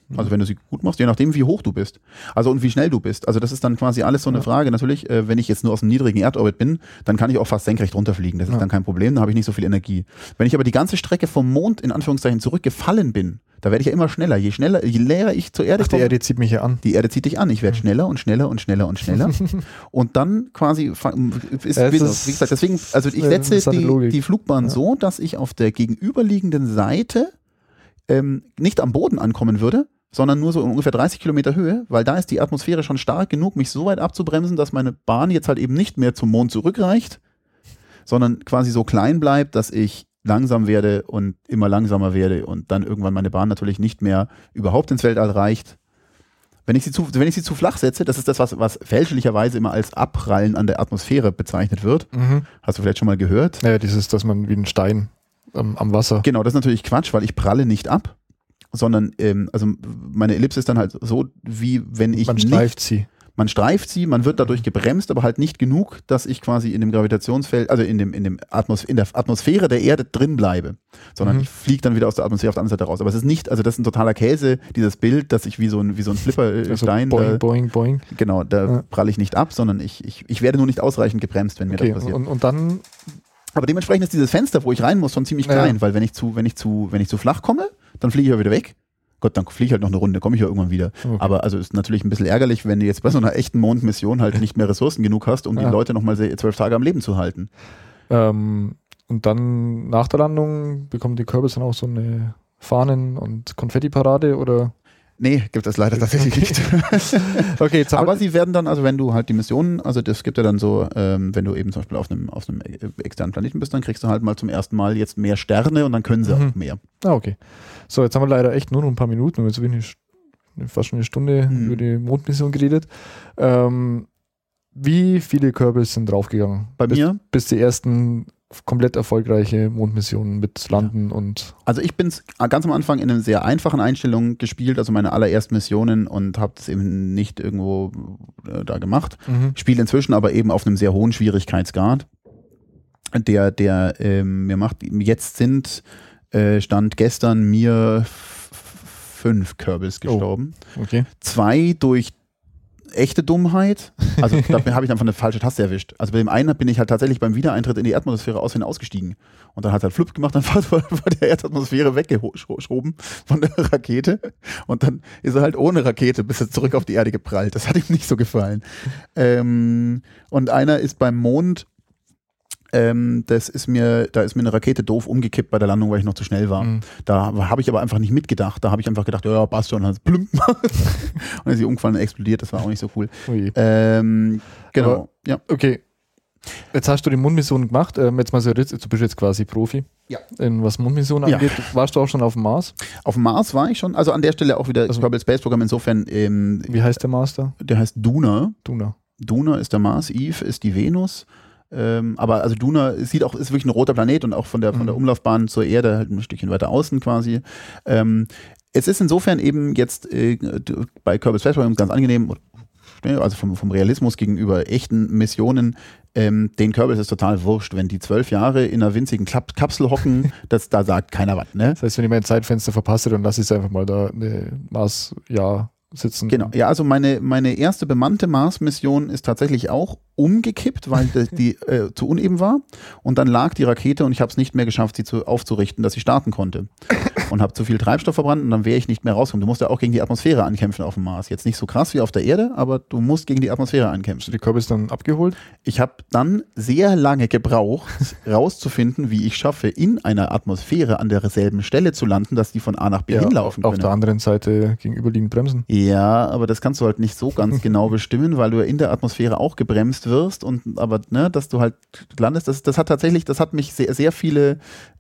Also wenn du sie gut machst, je nachdem, wie hoch du bist. Also und wie schnell du bist. Also das ist dann quasi alles so eine Frage. Natürlich, wenn ich jetzt nur aus einem niedrigen Erdorbit bin, dann kann ich auch fast senkrecht runterfliegen. Das ist dann kein Problem, dann habe ich nicht so viel Energie. Wenn ich aber die ganze Strecke vom Mond in Anführungszeichen zurückgefallen bin, da werde ich ja immer schneller. Je näher ich zur Erde komme. Die Erde zieht mich ja an. Die Erde zieht dich an. Ich werde schneller und schneller und schneller und schneller. Und dann quasi ist wie gesagt, deswegen, also ich setze die Flugbahn so, dass ich auf der gegenüberliegenden Seite nicht am Boden ankommen würde, sondern nur so in ungefähr 30 Kilometer Höhe, weil da ist die Atmosphäre schon stark genug, mich so weit abzubremsen, dass meine Bahn jetzt halt eben nicht mehr zum Mond zurückreicht, sondern quasi so klein bleibt, dass ich langsam werde und immer langsamer werde und dann irgendwann meine Bahn natürlich nicht mehr überhaupt ins Weltall reicht. Wenn ich sie zu flach setze, das ist das, was fälschlicherweise immer als Abprallen an der Atmosphäre bezeichnet wird. Hast du vielleicht schon mal gehört? Ja, dass man wie ein Stein am Wasser. Genau, das ist natürlich Quatsch, weil ich pralle nicht ab, sondern also meine Ellipse ist dann halt so, wie wenn ich Man streift sie, man wird dadurch gebremst, aber halt nicht genug, dass ich quasi in dem Gravitationsfeld, also in der Atmosphäre der Erde drin bleibe, sondern ich fliege dann wieder aus der Atmosphäre auf der anderen Seite raus. Aber es ist nicht, also das ist ein totaler Käse, dieses Bild, dass ich wie so ein Flipperstein, also boing. Genau, da pralle ich nicht ab, sondern ich werde nur nicht ausreichend gebremst, wenn mir das passiert. Und dann... Aber dementsprechend ist dieses Fenster, wo ich rein muss, schon ziemlich klein, weil wenn ich zu flach komme, dann fliege ich ja wieder weg. Gott, dann fliege ich halt noch eine Runde, komme ich ja irgendwann wieder. Okay. Aber also ist natürlich ein bisschen ärgerlich, wenn du jetzt bei so einer echten Mondmission halt nicht mehr Ressourcen genug hast, um die Leute nochmal 12 Tage am Leben zu halten. Und dann nach der Landung bekommen die Kerbals dann auch so eine Fahnen- und Konfetti-Parade oder? Nee, gibt es leider tatsächlich nicht. Okay, aber sie werden dann, also wenn du halt die Missionen, also das gibt ja dann so, wenn du eben zum Beispiel auf einem externen Planeten bist, dann kriegst du halt mal zum ersten Mal jetzt mehr Sterne und dann können sie auch mehr. Ah, okay. So, jetzt haben wir leider echt nur noch ein paar Minuten, jetzt bin ich fast schon eine Stunde über die Mondmission geredet. Wie viele Kerbals sind draufgegangen? Bei mir? Bis die ersten komplett erfolgreiche Mondmissionen mit Landen und... Also ich bin ganz am Anfang in einer sehr einfachen Einstellung gespielt, also meine allerersten Missionen und habe das eben nicht irgendwo da gemacht. Spiele inzwischen aber eben auf einem sehr hohen Schwierigkeitsgrad, der mir macht, jetzt sind Stand gestern mir 5 Kerbals gestorben. Okay. 2 durch echte Dummheit. Also da habe ich einfach eine falsche Taste erwischt. Also bei dem einen bin ich halt tatsächlich beim Wiedereintritt in die Atmosphäre ausgestiegen. Und dann hat er halt Flup gemacht, dann war der Erdatmosphäre weggeschoben von der Rakete. Und dann ist er halt ohne Rakete bis er zurück auf die Erde geprallt. Das hat ihm nicht so gefallen. Und einer ist beim Mond, da ist mir eine Rakete doof umgekippt bei der Landung, weil ich noch zu schnell war. Da habe ich aber einfach nicht mitgedacht. Da habe ich einfach gedacht, ja, passt schon, und dann hat es plümp gemacht. Und dann ist sie umgefallen und explodiert. Das war auch nicht so cool. Genau. Aber, ja. Okay. Jetzt hast du die Mondmission gemacht. Jetzt mal so, du bist jetzt quasi Profi. Ja. Was Mondmissionen angeht. Warst du auch schon auf dem Mars? Auf dem Mars war ich schon. Also an der Stelle auch wieder Kerbal Space Program. Insofern. Wie heißt der Mars da? Der heißt Duna. Duna ist der Mars, Eve ist die Venus. Aber also Duna ist wirklich ein roter Planet und auch von der Umlaufbahn zur Erde halt ein Stückchen weiter außen quasi. Es ist insofern eben jetzt bei Kerbal Space Program ganz angenehm, also vom Realismus gegenüber echten Missionen, den Kerbals ist total wurscht, wenn die 12 Jahre in einer winzigen Kapsel hocken, da sagt keiner was. Ne? Das heißt, wenn ich mein Zeitfenster verpasse, dann lasse ich es einfach mal da eine Mars-Jahr sitzen. Genau, ja, also meine erste bemannte Mars-Mission ist tatsächlich auch umgekippt, weil die zu uneben war und dann lag die Rakete und ich habe es nicht mehr geschafft, sie aufzurichten, dass sie starten konnte und habe zu viel Treibstoff verbrannt und dann wäre ich nicht mehr rausgekommen. Du musst ja auch gegen die Atmosphäre ankämpfen auf dem Mars. Jetzt nicht so krass wie auf der Erde, aber du musst gegen die Atmosphäre ankämpfen. Hast du die Kerbals dann abgeholt? Ich habe dann sehr lange gebraucht, rauszufinden, wie ich schaffe, in einer Atmosphäre an derselben Stelle zu landen, dass die von A nach B hinlaufen können. Auf der anderen Seite gegenüberliegend bremsen. Ja, aber das kannst du halt nicht so ganz genau bestimmen, weil du ja in der Atmosphäre auch gebremst wirst aber dass du halt landest, das hat mich sehr, sehr viele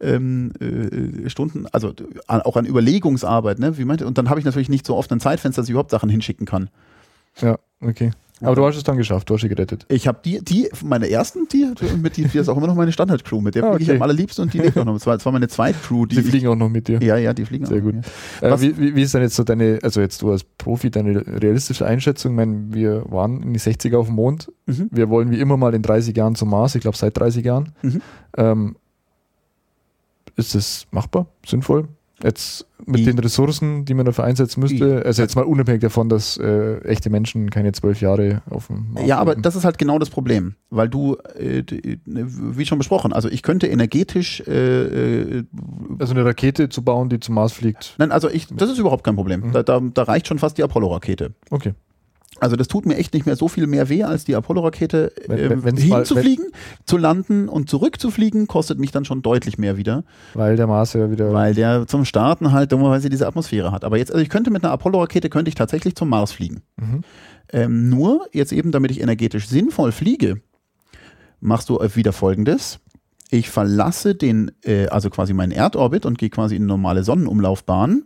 Stunden, also auch an Überlegungsarbeit, ne? Und dann habe ich natürlich nicht so oft ein Zeitfenster, dass ich überhaupt Sachen hinschicken kann. Ja, okay. Aber du hast es dann geschafft, du hast sie gerettet. Ich habe meine ersten, die ist auch immer noch meine Standard-Crew, mit der fliege ich am allerliebsten und die lebt auch noch. Das war meine zweite Crew. Die fliegen auch noch mit dir? Ja, die fliegen sehr auch. Sehr gut. Wie ist dann jetzt so also jetzt du als Profi, deine realistische Einschätzung? Ich meine, wir waren in die 60er auf dem Mond. Wir wollen wie immer mal in 30 Jahren zum Mars, ich glaube seit 30 Jahren. Ist das machbar? Sinnvoll? Jetzt mit den Ressourcen, die man dafür einsetzen müsste, also jetzt mal unabhängig davon, dass echte Menschen keine 12 Jahre auf dem Mars Ja, aber das ist halt genau das Problem, weil du, wie schon besprochen, also ich könnte energetisch also eine Rakete zu bauen, die zum Mars fliegt. Nein, also das ist überhaupt kein Problem. Da reicht schon fast die Apollo-Rakete. Okay. Also das tut mir echt nicht mehr so viel mehr weh, als die Apollo-Rakete hinzufliegen, zu landen und zurückzufliegen, kostet mich dann schon deutlich mehr wieder. Weil der Mars ja wieder... Weil der zum Starten halt dummerweise diese Atmosphäre hat. Aber jetzt, also ich könnte mit einer Apollo-Rakete, könnte ich tatsächlich zum Mars fliegen. Nur, jetzt eben, damit ich energetisch sinnvoll fliege, machst du wieder Folgendes. Ich verlasse also quasi meinen Erdorbit und gehe quasi in eine normale Sonnenumlaufbahn.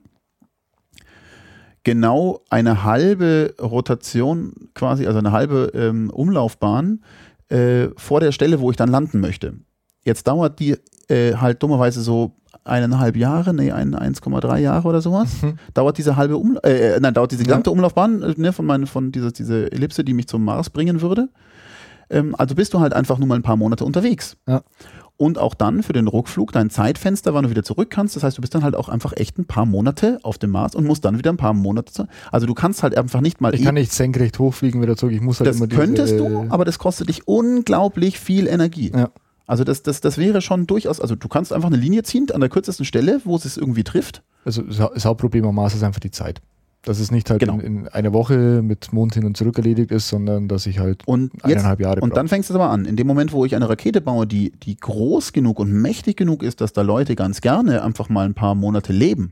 Genau eine halbe Rotation quasi, also eine halbe Umlaufbahn vor der Stelle, wo ich dann landen möchte. Jetzt dauert die halt dummerweise so 1,5 Jahre, 1,3 Jahre oder sowas. Dauert diese dauert diese gesamte Umlaufbahn von diese Ellipse, die mich zum Mars bringen würde. Also bist du halt einfach nur mal ein paar Monate unterwegs. Ja. Und auch dann für den Rückflug dein Zeitfenster, wann du wieder zurück kannst. Das heißt, du bist dann halt auch einfach echt ein paar Monate auf dem Mars und musst dann wieder ein paar Monate. Also du kannst halt einfach nicht mal. Ich kann nicht senkrecht hochfliegen wieder zurück. Ich muss halt das immer könntest du, aber das kostet dich unglaublich viel Energie. Ja. Also das wäre schon durchaus. Also du kannst einfach eine Linie ziehen an der kürzesten Stelle, wo es irgendwie trifft. Also das Hauptproblem am Mars ist einfach die Zeit. Dass es nicht halt in einer Woche mit Mond hin und zurück erledigt ist, sondern dass ich halt 1,5 Jahre brauche. Und dann fängst du es aber an. In dem Moment, wo ich eine Rakete baue, die groß genug und mächtig genug ist, dass da Leute ganz gerne einfach mal ein paar Monate leben.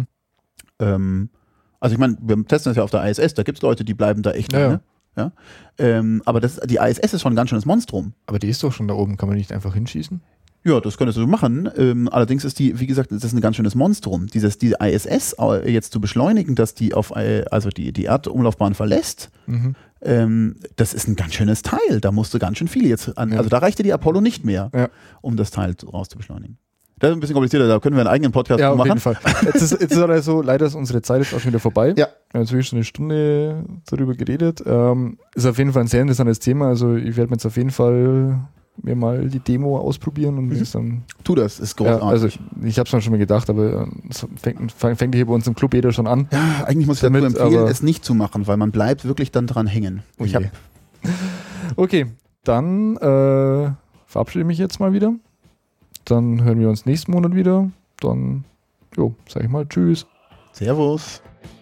Also ich meine, wir testen das ja auf der ISS, da gibt es Leute, die bleiben da echt lange. Ja. Aber die ISS ist schon ein ganz schönes Monstrum. Aber die ist doch schon da oben, kann man nicht einfach hinschießen? Ja, das könntest du machen. Allerdings ist die, wie gesagt, das ist ein ganz schönes Monstrum. Die ISS jetzt zu beschleunigen, dass die also die Erdumlaufbahn verlässt, das ist ein ganz schönes Teil. Da musst du ganz schön viel also da reichte die Apollo nicht mehr, um das Teil raus zu beschleunigen. Das ist ein bisschen komplizierter, da können wir einen eigenen Podcast machen. Auf jeden Fall. Jetzt ist also, leider ist unsere Zeit jetzt auch schon wieder vorbei. Ja. Wir haben jetzt wirklich schon eine Stunde darüber geredet. Ist auf jeden Fall ein sehr interessantes Thema. Also ich werde mir jetzt auf jeden Fall mir mal die Demo ausprobieren und dann. Tu das, ist großartig. Ja, also ich habe es mir schon mal gedacht, aber es fängt hier bei uns im Club jeder schon an. Ja, eigentlich muss ich dazu empfehlen, es nicht zu machen, weil man bleibt wirklich dann dran hängen. Okay, dann verabschiede ich mich jetzt mal wieder. Dann hören wir uns nächsten Monat wieder. Dann, sag ich mal, tschüss. Servus.